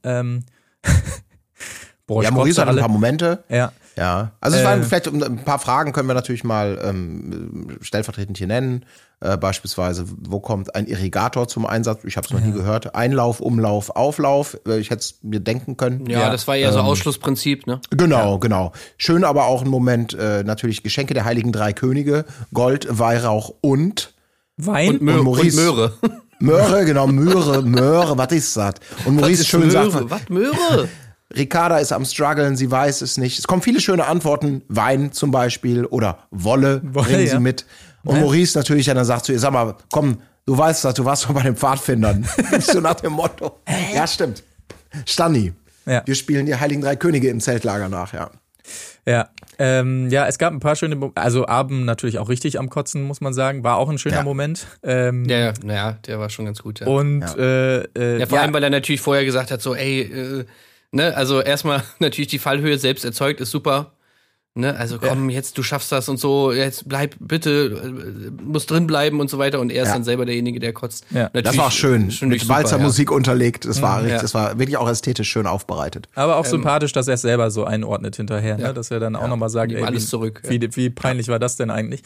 [SPEAKER 2] Boah,
[SPEAKER 3] Ja, Maurice hat ein paar Momente.
[SPEAKER 2] Ja.
[SPEAKER 3] Ja, also es waren vielleicht ein paar Fragen können wir natürlich mal stellvertretend hier nennen. Beispielsweise, wo kommt ein Irrigator zum Einsatz? Ich habe es noch nie gehört. Einlauf, Umlauf, Auflauf. Ich hätte es mir denken können.
[SPEAKER 1] Ja, das war eher so Ausschlussprinzip, ne?
[SPEAKER 3] Genau. Schön aber auch ein Moment, natürlich Geschenke der Heiligen Drei Könige, Gold, Weihrauch und
[SPEAKER 2] Wein
[SPEAKER 1] Und Möhre.
[SPEAKER 3] Möhre, genau, Möhre, was ist das? Und Maurice schön sagt,
[SPEAKER 1] Was, Möhre?
[SPEAKER 3] Ricarda ist am struggeln, sie weiß es nicht. Es kommen viele schöne Antworten, Wein zum Beispiel oder Wolle bringen sie mit. Und Maurice natürlich dann sagt zu ihr, sag mal, komm, du weißt das, du warst doch bei den Pfadfindern. So nach dem Motto. Ja, stimmt. Stani.
[SPEAKER 2] Ja.
[SPEAKER 3] Wir spielen die Heiligen Drei Könige im Zeltlager nach, ja.
[SPEAKER 2] Ja, es gab ein paar schöne, also Abend natürlich auch richtig am Kotzen, muss man sagen, war auch ein schöner Moment.
[SPEAKER 1] Der war schon ganz gut, ja.
[SPEAKER 2] Und
[SPEAKER 1] vor allem, weil er natürlich vorher gesagt hat, so, ey, ne, also erstmal natürlich die Fallhöhe selbst erzeugt, ist super. Ne, also komm, jetzt, du schaffst das und so, jetzt bleib bitte, musst drin bleiben und so weiter. Und er ist dann selber derjenige, der kotzt.
[SPEAKER 2] Ja.
[SPEAKER 3] Das war auch schön, mit Walzermusik unterlegt. Das war richtig,
[SPEAKER 1] ja.
[SPEAKER 3] das war wirklich auch ästhetisch schön aufbereitet.
[SPEAKER 2] aber auch sympathisch, dass er es selber so einordnet hinterher, ne? Dass er dann auch nochmal sagt,
[SPEAKER 1] Nimm alles zurück,
[SPEAKER 2] wie peinlich war das denn eigentlich?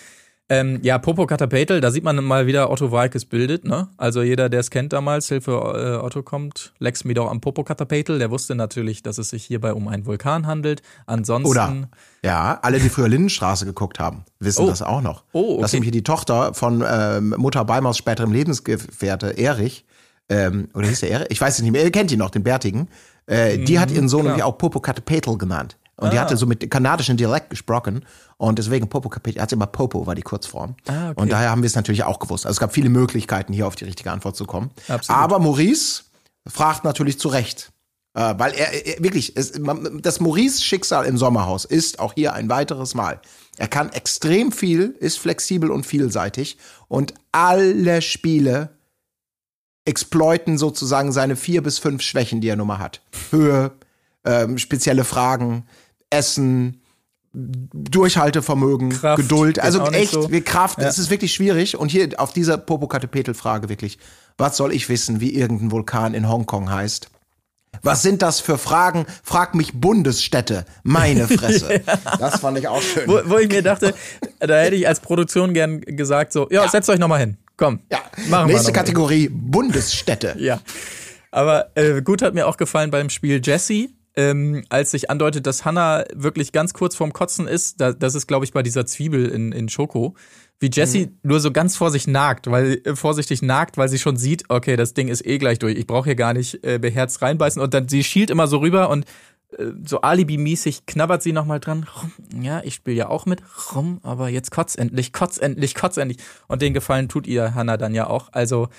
[SPEAKER 2] Ja, Popocatépetl, da sieht man mal wieder Otto Waalkes bildet, ne? Also jeder, der es kennt damals, Hilfe Otto kommt, lex mich doch am Popocatépetl, der wusste natürlich, dass es sich hierbei um einen Vulkan handelt. Ansonsten...
[SPEAKER 3] Oder, ja, alle, die früher Lindenstraße geguckt haben, wissen das auch noch.
[SPEAKER 2] Oh, okay.
[SPEAKER 3] Das ist nämlich die Tochter von Mutter Beimaus späterem Lebensgefährte Erich, oder hieß der Erich? Ich weiß es nicht mehr, ihr kennt ihn noch, den Bärtigen. Die hat ihren Sohn nämlich auch Popocatépetl genannt. Und die hatte so mit kanadischem Dialekt gesprochen. Und deswegen Popocatépetl, hat sie immer Popo, war die Kurzform. Okay. Und daher haben wir es natürlich auch gewusst. Also es gab viele Möglichkeiten, hier auf die richtige Antwort zu kommen. Absolut. Aber Maurice fragt natürlich zu Recht. Weil er wirklich, das Maurice-Schicksal im Sommerhaus ist auch hier ein weiteres Mal. Er kann extrem viel, ist flexibel und vielseitig. Und alle Spiele exploiten sozusagen seine 4 bis 5 Schwächen, die er nun mal hat. Höhe, spezielle Fragen, Essen, Durchhaltevermögen,
[SPEAKER 2] Kraft,
[SPEAKER 3] Geduld. Also echt,
[SPEAKER 2] so.
[SPEAKER 3] Kraft, es ist wirklich schwierig. Und hier auf dieser Popocatépetl-Frage wirklich, was soll ich wissen, wie irgendein Vulkan in Hongkong heißt? Was sind das für Fragen? Frag mich Bundesstädte. Meine Fresse. Das fand ich auch schön.
[SPEAKER 2] Wo ich mir dachte, da hätte ich als Produktion gern gesagt so, setzt euch nochmal hin. Komm, machen wir
[SPEAKER 3] Nächste Kategorie, Bundesstädte.
[SPEAKER 2] Ja, aber gut hat mir auch gefallen beim Spiel Jessie, als sich andeutet, dass Hannah wirklich ganz kurz vorm Kotzen ist. Das ist, glaube ich, bei dieser Zwiebel in Schoko. Wie Jessie nur so ganz vorsichtig nagt, weil sie schon sieht, okay, das Ding ist eh gleich durch. Ich brauche hier gar nicht beherzt reinbeißen. Und dann sie schielt immer so rüber und so alibi-mäßig knabbert sie nochmal dran. Ja, ich spiele ja auch mit. Aber jetzt kotz endlich. Und den Gefallen tut ihr Hannah dann ja auch. Also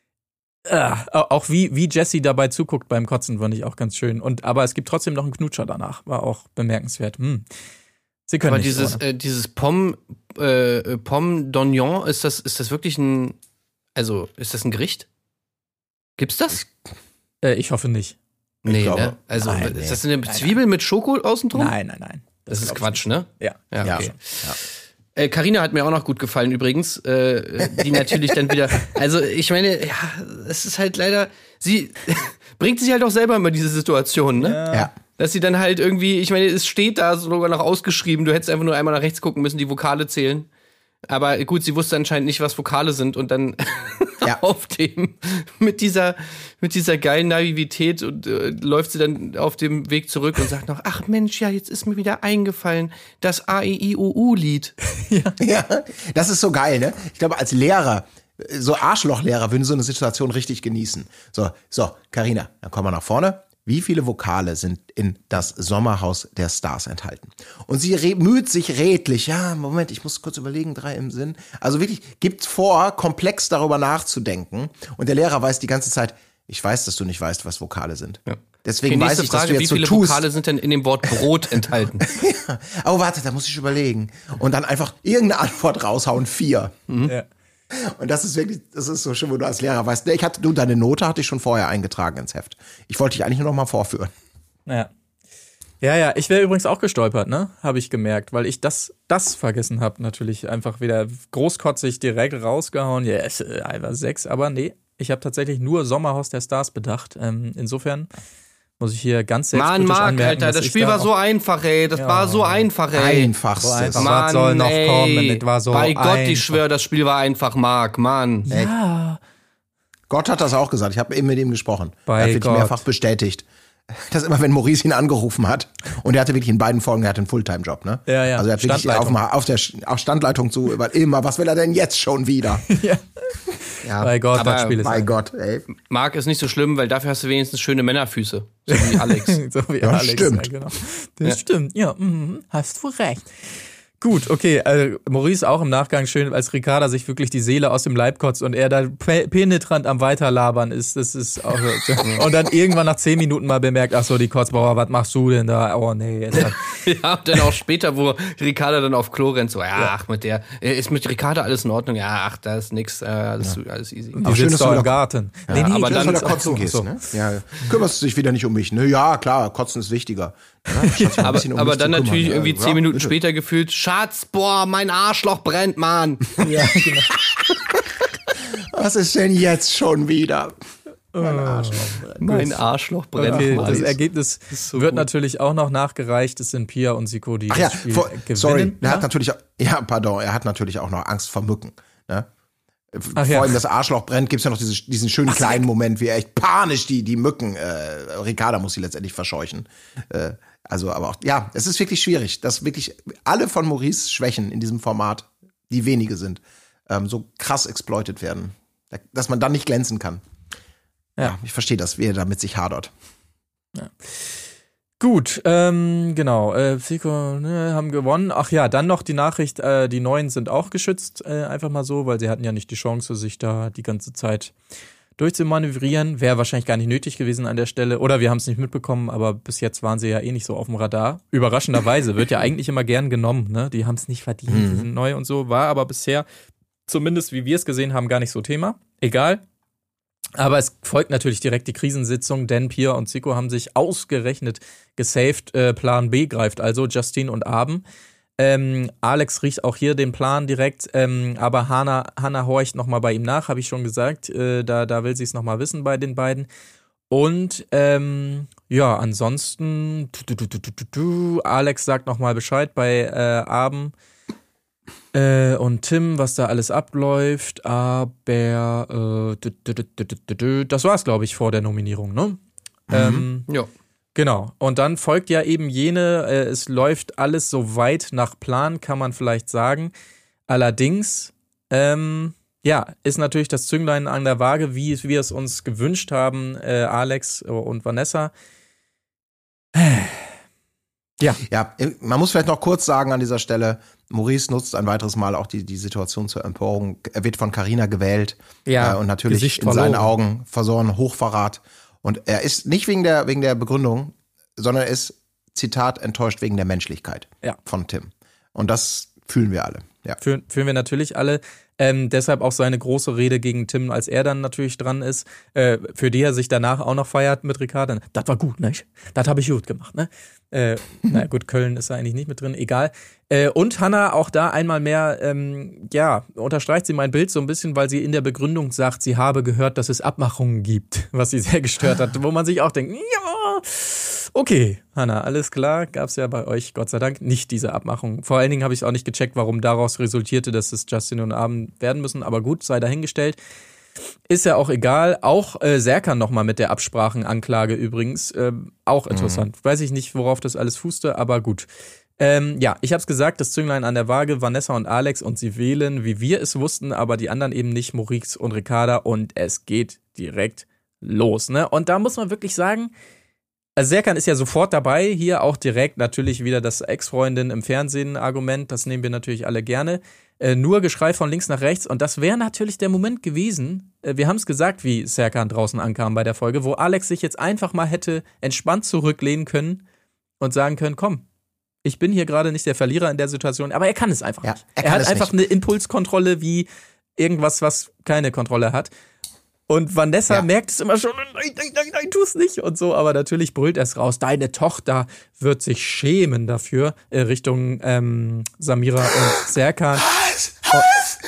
[SPEAKER 2] auch wie Jessie dabei zuguckt beim Kotzen, fand ich auch ganz schön. Aber es gibt trotzdem noch einen Knutscher danach. War auch bemerkenswert. Sie können
[SPEAKER 1] aber
[SPEAKER 2] nicht
[SPEAKER 1] dieses Pomme d'Oignon, ist das wirklich ist das ein Gericht? Gibt's das?
[SPEAKER 2] Ich hoffe nicht.
[SPEAKER 1] Nee,
[SPEAKER 3] glaube,
[SPEAKER 1] ne? Also,
[SPEAKER 2] nein,
[SPEAKER 1] ist das eine Zwiebel mit Schoko außen drum?
[SPEAKER 2] Nein.
[SPEAKER 1] Das ist Quatsch, ne?
[SPEAKER 2] Ja.
[SPEAKER 1] Okay. Carina hat mir auch noch gut gefallen übrigens, die natürlich dann wieder, also ich meine, ja, es ist halt leider, sie bringt sich halt auch selber immer diese Situation, ne?
[SPEAKER 3] Ja.
[SPEAKER 1] Dass sie dann halt irgendwie, ich meine, es steht da sogar noch ausgeschrieben, du hättest einfach nur einmal nach rechts gucken müssen, die Vokale zählen. Aber gut, sie wusste anscheinend nicht, was Vokale sind und dann mit dieser geilen Naivität und läuft sie dann auf dem Weg zurück und sagt noch, ach Mensch, ja, jetzt ist mir wieder eingefallen, das A-E-I-O-U-Lied.
[SPEAKER 3] Ja, das ist so geil, ne? Ich glaube, als Lehrer, so Arschlochlehrer würden so eine Situation richtig genießen. So, Carina, dann kommen wir nach vorne. Wie viele Vokale sind in das Sommerhaus der Stars enthalten? Und sie müht sich redlich. Ja, Moment, ich muss kurz überlegen, 3 im Sinn. Also wirklich, gibt vor, komplex darüber nachzudenken. Und der Lehrer weiß die ganze Zeit, ich weiß, dass du nicht weißt, was Vokale sind. Ja. Deswegen weiß ich, dass du jetzt so tust.
[SPEAKER 1] Wie viele Vokale sind denn in dem Wort Brot enthalten?
[SPEAKER 3] Ja. Oh, warte, da muss ich überlegen. Und dann einfach irgendeine Antwort raushauen, 4.
[SPEAKER 2] Mhm. Ja.
[SPEAKER 3] Und das ist wirklich, das ist so schön, wo du als Lehrer weißt, deine Note hatte ich schon vorher eingetragen ins Heft. Ich wollte dich eigentlich nur noch mal vorführen.
[SPEAKER 2] Ja, ich wäre übrigens auch gestolpert, ne? Habe ich gemerkt, weil ich das vergessen habe. Natürlich einfach wieder großkotzig direkt rausgehauen. Yes, einfach 6, aber nee, ich habe tatsächlich nur Sommerhaus der Stars bedacht. Insofern muss ich hier ganz selbstkritisch anmerken,
[SPEAKER 1] Alter, das Spiel war so einfach, ey. Das war so einfach, ey.
[SPEAKER 3] Einfachstes.
[SPEAKER 2] Was soll noch kommen? Das war so
[SPEAKER 1] bei Gott, ich schwöre, das Spiel war einfach, Marc, Mann.
[SPEAKER 2] Ja.
[SPEAKER 3] Gott hat das auch gesagt. Ich habe eben mit ihm gesprochen.
[SPEAKER 2] Bei
[SPEAKER 3] er hat wirklich
[SPEAKER 2] Gott.
[SPEAKER 3] mehrfach bestätigt. Dass immer, wenn Maurice ihn angerufen hat, und er hatte wirklich in beiden Folgen, er hatte einen Fulltime-Job, ne?
[SPEAKER 2] Ja.
[SPEAKER 3] Also er hat wirklich auf der Standleitung zu, immer, was will er denn jetzt schon wieder?
[SPEAKER 2] Ja. Bei Gott,
[SPEAKER 1] aber
[SPEAKER 2] das Spiel ist
[SPEAKER 3] bei Gott, ey.
[SPEAKER 1] Marc ist nicht so schlimm, weil dafür hast du wenigstens schöne Männerfüße. So wie Alex.
[SPEAKER 2] so wie
[SPEAKER 3] Ja,
[SPEAKER 2] Alex.
[SPEAKER 3] stimmt.
[SPEAKER 2] Ja, genau. Das stimmt, ja, hast du recht. Gut, okay, Maurice auch im Nachgang schön, als Ricarda sich wirklich die Seele aus dem Leib kotzt und er da penetrant am Weiterlabern ist, das ist auch, und dann irgendwann nach 10 Minuten mal bemerkt, ach so, die Kotzbauer, was machst du denn da? Oh nee, jetzt hat
[SPEAKER 1] Ja, und dann auch später, wo Ricarda dann auf Klo rennt, so, ach, ist mit Ricarda alles in Ordnung? Ja, ach, da ist nix, alles easy.
[SPEAKER 2] die sitzt doch im Garten.
[SPEAKER 3] Nee,
[SPEAKER 1] aber
[SPEAKER 3] aber
[SPEAKER 1] dann-
[SPEAKER 3] dann du kotzen gehst, ne? Ja, kümmerst du dich wieder nicht um mich, ne? Ja, klar, kotzen ist wichtiger. Ja,
[SPEAKER 1] Aber dann natürlich irgendwie 10 Minuten später gefühlt, Schatz, boah, mein Arschloch brennt, Mann.
[SPEAKER 2] Ja, genau.
[SPEAKER 3] Was ist denn jetzt schon wieder?
[SPEAKER 1] Mein Arschloch brennt.
[SPEAKER 2] Okay, das Ergebnis so wird natürlich auch noch nachgereicht. Es sind Pia und Siko, die das Spiel gewinnen.
[SPEAKER 3] Sorry, er hat natürlich auch noch Angst vor Mücken. Ne? Vor allem das Arschloch brennt, gibt's ja noch diesen schönen kleinen Moment, wie er echt panisch die Mücken, Ricarda muss sie letztendlich verscheuchen. Aber auch, ja, es ist wirklich schwierig, dass wirklich alle von Maurice Schwächen in diesem Format, die wenige sind, so krass exploitet werden, dass man dann nicht glänzen kann. Ja, ich verstehe das, wie er damit sich hadert.
[SPEAKER 2] Ja. Gut, genau. Siko haben gewonnen. Ach ja, dann noch die Nachricht, die Neuen sind auch geschützt, einfach mal so, weil sie hatten ja nicht die Chance, sich da die ganze Zeit durchzumanövrieren. Wäre wahrscheinlich gar nicht nötig gewesen an der Stelle. Oder wir haben es nicht mitbekommen, aber bis jetzt waren sie ja eh nicht so auf dem Radar. Überraschenderweise, wird ja eigentlich immer gern genommen, ne? Die haben es nicht verdient, die sind neu und so. War aber bisher, zumindest wie wir es gesehen haben, gar nicht so Thema. Egal. Aber es folgt natürlich direkt die Krisensitzung, denn Pia und Siko haben sich ausgerechnet gesaved. Plan B greift also Justine und Abend. Alex riecht auch hier den Plan direkt, aber Hannah horcht nochmal bei ihm nach, habe ich schon gesagt. Da will sie es nochmal wissen bei den beiden. Und ansonsten Alex sagt nochmal Bescheid bei Abend und Tim, was da alles abläuft, aber das war's, glaube ich, vor der Nominierung, ne?
[SPEAKER 1] Ja.
[SPEAKER 2] Genau. Und dann folgt ja eben jene, es läuft alles so weit nach Plan, kann man vielleicht sagen. Allerdings, ist natürlich das Zünglein an der Waage, wie wir es uns gewünscht haben, Alex und Vanessa. Ja,
[SPEAKER 3] man muss vielleicht noch kurz sagen an dieser Stelle, Maurice nutzt ein weiteres Mal auch die Situation zur Empörung. Er wird von Carina gewählt und natürlich
[SPEAKER 2] Gesicht
[SPEAKER 3] in seinen Augen versonnen Hochverrat. Und er ist nicht wegen der Begründung, sondern er ist, Zitat, enttäuscht wegen der Menschlichkeit von Tim. Und das fühlen wir alle. Ja.
[SPEAKER 2] Fühlen wir natürlich alle. Deshalb auch seine große Rede gegen Tim, als er dann natürlich dran ist, für die er sich danach auch noch feiert mit Ricarda. Das war gut, nicht? Das habe ich gut gemacht, ne? Na gut, Köln ist da eigentlich nicht mit drin, egal. Und Hannah auch da einmal mehr, unterstreicht sie mein Bild so ein bisschen, weil sie in der Begründung sagt, sie habe gehört, dass es Abmachungen gibt, was sie sehr gestört hat, wo man sich auch denkt, ja, okay, Hannah, alles klar, gab's ja bei euch, Gott sei Dank, nicht diese Abmachung. Vor allen Dingen habe ich auch nicht gecheckt, warum daraus resultierte, dass es Justin und Abend werden müssen, aber gut, sei dahingestellt. Ist ja auch egal. Auch Serkan nochmal mit der Absprachenanklage übrigens. Auch interessant. Weiß ich nicht, worauf das alles fußte, aber gut. Ich hab's gesagt, das Zünglein an der Waage, Vanessa und Alex, und sie wählen, wie wir es wussten, aber die anderen eben nicht, Maurice und Ricarda, und es geht direkt los, ne? Und da muss man wirklich sagen, also Serkan ist ja sofort dabei, hier auch direkt natürlich wieder das Ex-Freundin im Fernsehen Argument, das nehmen wir natürlich alle gerne. Nur Geschrei von links nach rechts, und das wäre natürlich der Moment gewesen, wir haben es gesagt, wie Serkan draußen ankam bei der Folge, wo Alex sich jetzt einfach mal hätte entspannt zurücklehnen können und sagen können, komm, ich bin hier gerade nicht der Verlierer in der Situation, aber er kann es einfach nicht. Er hat einfach eine Impulskontrolle wie irgendwas, was keine Kontrolle hat. Und Vanessa merkt es immer schon, nein, tu es nicht und so, aber natürlich brüllt er es raus. Deine Tochter wird sich schämen dafür, Richtung Samira und Serkan.
[SPEAKER 3] Was?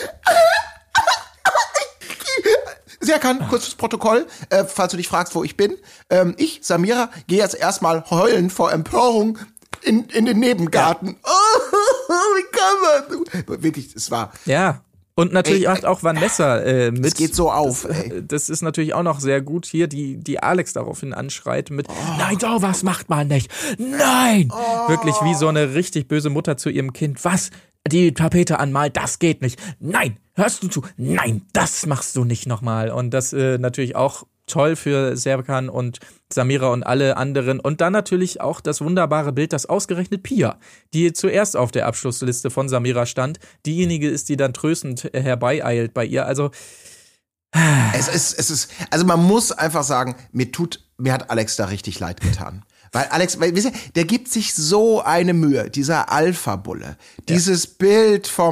[SPEAKER 3] Serkan, kurzes Protokoll, falls du dich fragst, wo ich bin. Ich, Samira, gehe jetzt erstmal heulen vor Empörung in den Nebengarten. Oh, wie kann man? Wirklich, es war...
[SPEAKER 2] Ja. Und natürlich macht auch Vanessa mit.
[SPEAKER 3] Es geht so auf,
[SPEAKER 2] Das ist natürlich auch noch sehr gut hier, die Alex daraufhin anschreit mit, nein, sowas macht man nicht. Nein! Wirklich wie so eine richtig böse Mutter zu ihrem Kind. Was? Die Tapete anmalen, das geht nicht. Nein! Hörst du zu? Nein, das machst du nicht nochmal. Und das natürlich auch toll für Serkan und Samira und alle anderen. Und dann natürlich auch das wunderbare Bild, das ausgerechnet Pia, die zuerst auf der Abschlussliste von Samira stand, diejenige ist, die dann tröstend herbeieilt bei ihr. Also
[SPEAKER 3] es ist, also man muss einfach sagen, mir hat Alex da richtig leid getan. Weil Alex, wisst ihr, der gibt sich so eine Mühe, dieser Alpha-Bulle. Dieses Bild vom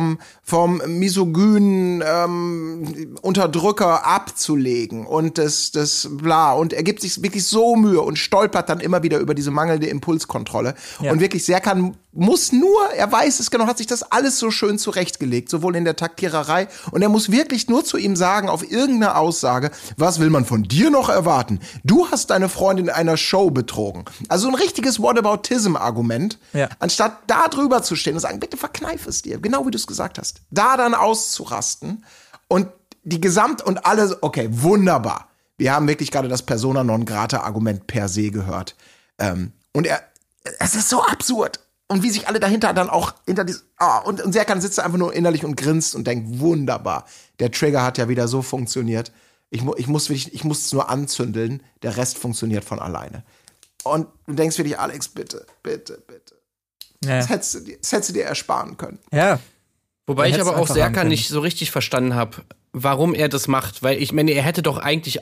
[SPEAKER 3] vom misogynen Unterdrücker abzulegen und das bla. Und er gibt sich wirklich so Mühe und stolpert dann immer wieder über diese mangelnde Impulskontrolle. Ja. Und wirklich Serkan er weiß es genau, hat sich das alles so schön zurechtgelegt, sowohl in der Taktiererei, und er muss wirklich nur zu ihm sagen, auf irgendeine Aussage, was will man von dir noch erwarten? Du hast deine Freundin in einer Show betrogen. Also ein richtiges Whataboutism-Argument, anstatt da drüber zu stehen und sagen, bitte verkneif es dir, genau wie du es gesagt hast. Da dann auszurasten und und alle, okay, wunderbar. Wir haben wirklich gerade das Persona non grata Argument per se gehört. Und es ist so absurd. Und wie sich alle dahinter dann auch und Serkan sitzt da einfach nur innerlich und grinst und denkt, wunderbar. Der Trigger hat ja wieder so funktioniert. Ich muss es nur anzündeln. Der Rest funktioniert von alleine. Und du denkst wirklich, Alex, bitte, bitte, bitte. Ja. Das hättest du dir ersparen können.
[SPEAKER 2] Ja.
[SPEAKER 1] Wobei ich aber auch Serkan nicht so richtig verstanden habe, warum er das macht. Weil ich meine, er hätte doch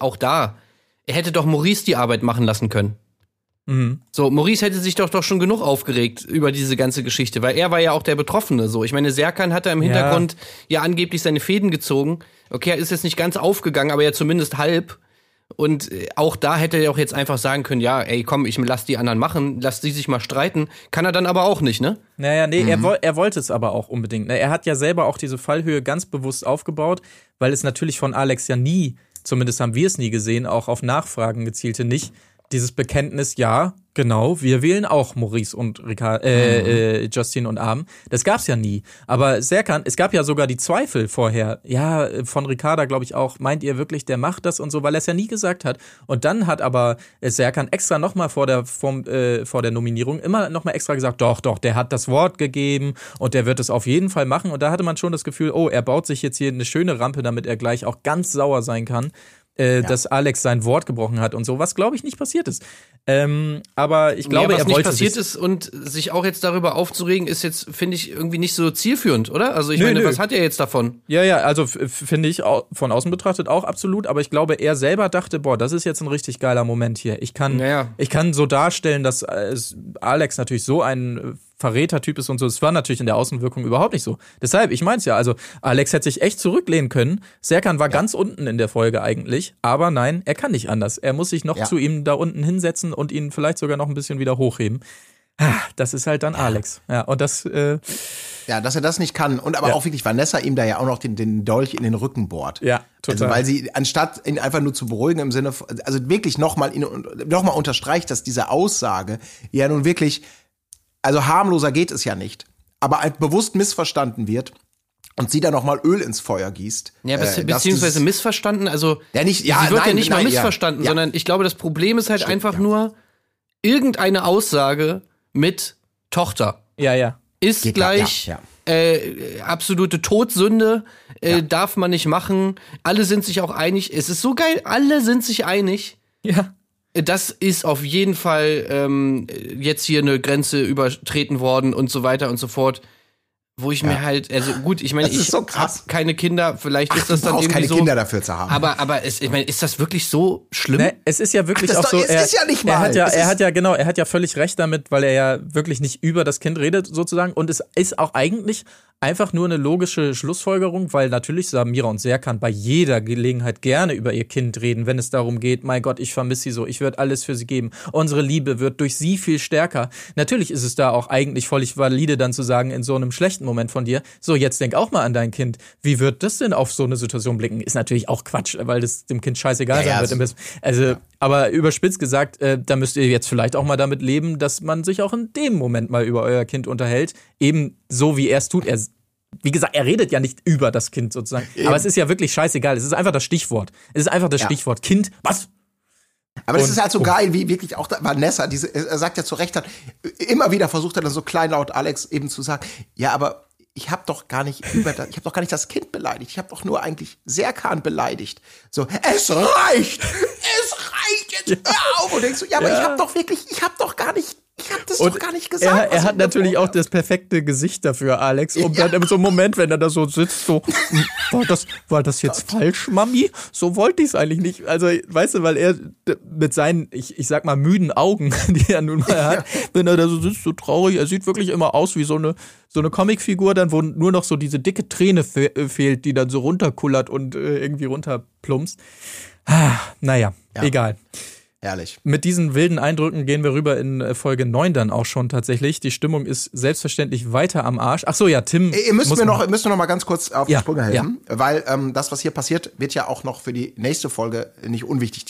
[SPEAKER 1] Maurice die Arbeit machen lassen können. Mhm. So, Maurice hätte sich doch schon genug aufgeregt über diese ganze Geschichte, weil er war ja auch der Betroffene. So, ich meine, Serkan hat da im Hintergrund ja angeblich seine Fäden gezogen. Okay, er ist jetzt nicht ganz aufgegangen, aber ja zumindest halb. Und auch da hätte er auch jetzt einfach sagen können, ja, ey, komm, ich lass die anderen machen, lass die sich mal streiten. Kann er dann aber auch nicht, ne?
[SPEAKER 2] Naja, nee, er wollte es aber auch unbedingt. Er hat ja selber auch diese Fallhöhe ganz bewusst aufgebaut, weil es natürlich von Alex ja nie, zumindest haben wir es nie gesehen, auch auf Nachfragen gezielte nicht, dieses Bekenntnis, ja, genau, wir wählen auch Maurice und Justin und Arm. Das gab's ja nie. Aber Serkan, es gab ja sogar die Zweifel vorher. Ja, von Ricarda, glaube ich auch. Meint ihr wirklich, der macht das und so, weil er es ja nie gesagt hat. Und dann hat aber Serkan extra nochmal vor der Nominierung immer nochmal extra gesagt, doch, der hat das Wort gegeben und der wird es auf jeden Fall machen. Und da hatte man schon das Gefühl, oh, er baut sich jetzt hier eine schöne Rampe, damit er gleich auch ganz sauer sein kann. Dass Alex sein Wort gebrochen hat und so, was, glaube ich, nicht passiert ist. Aber ich glaube,
[SPEAKER 1] er wollte nicht passiert ist und sich auch jetzt darüber aufzuregen, ist jetzt, finde ich, irgendwie nicht so zielführend, oder? Also ich meine, was hat er jetzt davon?
[SPEAKER 2] Ja, also finde ich auch, von außen betrachtet auch absolut, aber ich glaube, er selber dachte, boah, das ist jetzt ein richtig geiler Moment hier. Ich kann so darstellen, dass Alex natürlich so ein Verrätertyp ist und so. Das war natürlich in der Außenwirkung überhaupt nicht so. Deshalb, ich mein's ja, also Alex hätte sich echt zurücklehnen können. Serkan war ganz unten in der Folge eigentlich, aber nein, er kann nicht anders. Er muss sich noch zu ihm da unten hinsetzen und ihn vielleicht sogar noch ein bisschen wieder hochheben. Das ist halt dann Alex. Ja, und das
[SPEAKER 3] dass er das nicht kann. Und aber auch wirklich Vanessa ihm da ja auch noch den Dolch in den Rücken bohrt.
[SPEAKER 2] Ja, total.
[SPEAKER 3] Also weil sie, anstatt ihn einfach nur zu beruhigen im Sinne von, also wirklich nochmal unterstreicht, dass diese Aussage ja nun wirklich, also harmloser geht es ja nicht, aber bewusst missverstanden wird und sie da nochmal Öl ins Feuer gießt.
[SPEAKER 1] Ja, beziehungsweise missverstanden, also sie wird ja nicht mal missverstanden, sondern ich glaube, das Problem ist halt einfach nur irgendeine Aussage mit Tochter.
[SPEAKER 2] Ja.
[SPEAKER 1] Ist geht gleich absolute Todsünde, darf man nicht machen. Alle sind sich auch einig. Es ist so geil, alle sind sich einig.
[SPEAKER 2] Ja.
[SPEAKER 1] Das ist auf jeden Fall jetzt hier eine Grenze übertreten worden und so weiter und so fort. Wo ich mir halt, also gut, ich meine, ich
[SPEAKER 3] so
[SPEAKER 1] habe keine Kinder, vielleicht ist das dann irgendwie
[SPEAKER 3] keine
[SPEAKER 1] so.
[SPEAKER 3] Kinder dafür zu haben.
[SPEAKER 1] Aber ich meine, ist das wirklich so schlimm?
[SPEAKER 2] Ne, es ist ja wirklich auch so.
[SPEAKER 3] Es ist ja nicht mal.
[SPEAKER 2] Er hat ja völlig recht damit, weil er ja wirklich nicht über das Kind redet sozusagen. Und es ist auch eigentlich einfach nur eine logische Schlussfolgerung, weil natürlich Samira und Serkan bei jeder Gelegenheit gerne über ihr Kind reden, wenn es darum geht, mein Gott, ich vermisse sie so, ich würde alles für sie geben. Unsere Liebe wird durch sie viel stärker. Natürlich ist es da auch eigentlich völlig valide, dann zu sagen, in so einem schlechten Moment von dir, so, jetzt denk auch mal an dein Kind. Wie wird das denn auf so eine Situation blicken? Ist natürlich auch Quatsch, weil das dem Kind scheißegal sein wird. Aber überspitzt gesagt, da müsst ihr jetzt vielleicht auch mal damit leben, dass man sich auch in dem Moment mal über euer Kind unterhält. Eben so, wie er es tut. Wie gesagt, er redet ja nicht über das Kind sozusagen. Eben. Aber es ist ja wirklich scheißegal. Es ist einfach das Stichwort. Es ist einfach das Stichwort Kind. Was?
[SPEAKER 3] Aber das ist halt so geil, wie wirklich auch Vanessa, er sagt ja zu Recht, immer wieder versucht er dann so kleinlaut Alex eben zu sagen, ja, aber ich habe doch gar nicht das Kind beleidigt. Ich habe doch nur eigentlich Serkan beleidigt. So, es reicht jetzt, hör auf. Und denkst du, ja, aber ich habe doch gar nicht Ich hab das doch gar nicht gesagt.
[SPEAKER 2] Er hat natürlich auch das perfekte Gesicht dafür, Alex. Und dann in so einem Moment, wenn er da so sitzt, so, war das jetzt falsch, Mami? So wollte ich es eigentlich nicht. Also, weißt du, weil er mit seinen, ich sag mal, müden Augen, die er nun mal hat, wenn er da so sitzt, so traurig, er sieht wirklich immer aus wie so eine Comicfigur, dann wo nur noch so diese dicke Träne fehlt, die dann so runterkullert und irgendwie runterplumpst. Naja, egal.
[SPEAKER 3] Herrlich.
[SPEAKER 2] Mit diesen wilden Eindrücken gehen wir rüber in Folge 9 dann auch schon tatsächlich. Die Stimmung ist selbstverständlich weiter am Arsch. Ach so, ja, Tim.
[SPEAKER 3] Ihr müsst mir noch mal ganz kurz auf die Sprünge helfen, weil das, was hier passiert, wird ja auch noch für die nächste Folge nicht unwichtig,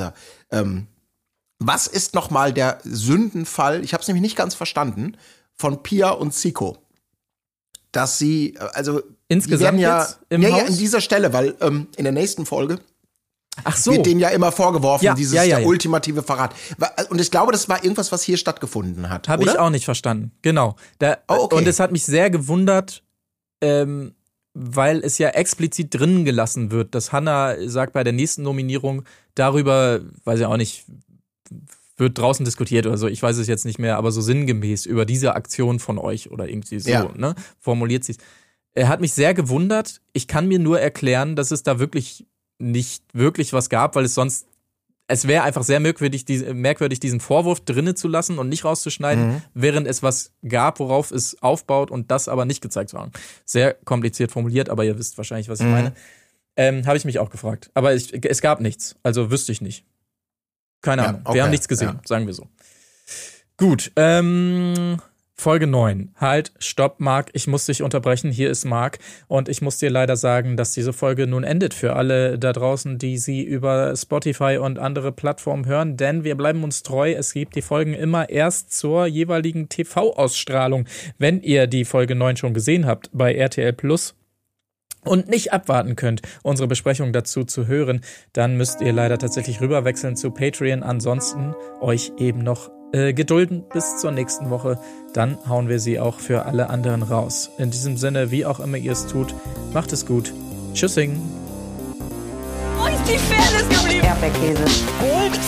[SPEAKER 3] was ist noch mal der Sündenfall, ich habe es nämlich nicht ganz verstanden, von Pia und Zico? Dass sie, also
[SPEAKER 2] insgesamt jetzt im Haus?
[SPEAKER 3] Ja, in dieser Stelle, weil in der nächsten Folge
[SPEAKER 2] wird
[SPEAKER 3] denen ja immer vorgeworfen, der ultimative Verrat. Und ich glaube, das war irgendwas, was hier stattgefunden hat.
[SPEAKER 2] Habe ich auch nicht verstanden. Genau. Und es hat mich sehr gewundert, weil es ja explizit drinnen gelassen wird, dass Hannah sagt bei der nächsten Nominierung darüber, weiß ich auch nicht, wird draußen diskutiert oder so, ich weiß es jetzt nicht mehr, aber so sinngemäß über diese Aktion von euch oder irgendwie so, ne, formuliert sie es. Er hat mich sehr gewundert. Ich kann mir nur erklären, dass es da nicht wirklich was gab, weil es wäre einfach sehr merkwürdig, diesen Vorwurf drinnen zu lassen und nicht rauszuschneiden, während es was gab, worauf es aufbaut und das aber nicht gezeigt war. Sehr kompliziert formuliert, aber ihr wisst wahrscheinlich, was ich meine. Habe ich mich auch gefragt. Aber es gab nichts, also wüsste ich nicht. Keine Ahnung. Wir haben nichts gesehen, sagen wir so. Gut, Folge 9. Halt, stopp, Marc, ich muss dich unterbrechen. Hier ist Marc und ich muss dir leider sagen, dass diese Folge nun endet für alle da draußen, die sie über Spotify und andere Plattformen hören, denn wir bleiben uns treu. Es gibt die Folgen immer erst zur jeweiligen TV-Ausstrahlung. Wenn ihr die Folge 9 schon gesehen habt bei RTL Plus und nicht abwarten könnt, unsere Besprechung dazu zu hören, dann müsst ihr leider tatsächlich rüberwechseln zu Patreon. Ansonsten euch eben noch gedulden bis zur nächsten Woche. Dann hauen wir sie auch für alle anderen raus. In diesem Sinne, wie auch immer ihr es tut, macht es gut. Tschüssing.
[SPEAKER 4] Wo ist die Fairness geblieben?
[SPEAKER 7] Erdbeerkäse.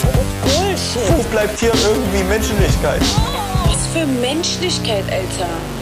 [SPEAKER 8] Bullshit. Wo bleibt hier irgendwie Menschlichkeit?
[SPEAKER 4] Was für Menschlichkeit, Alter.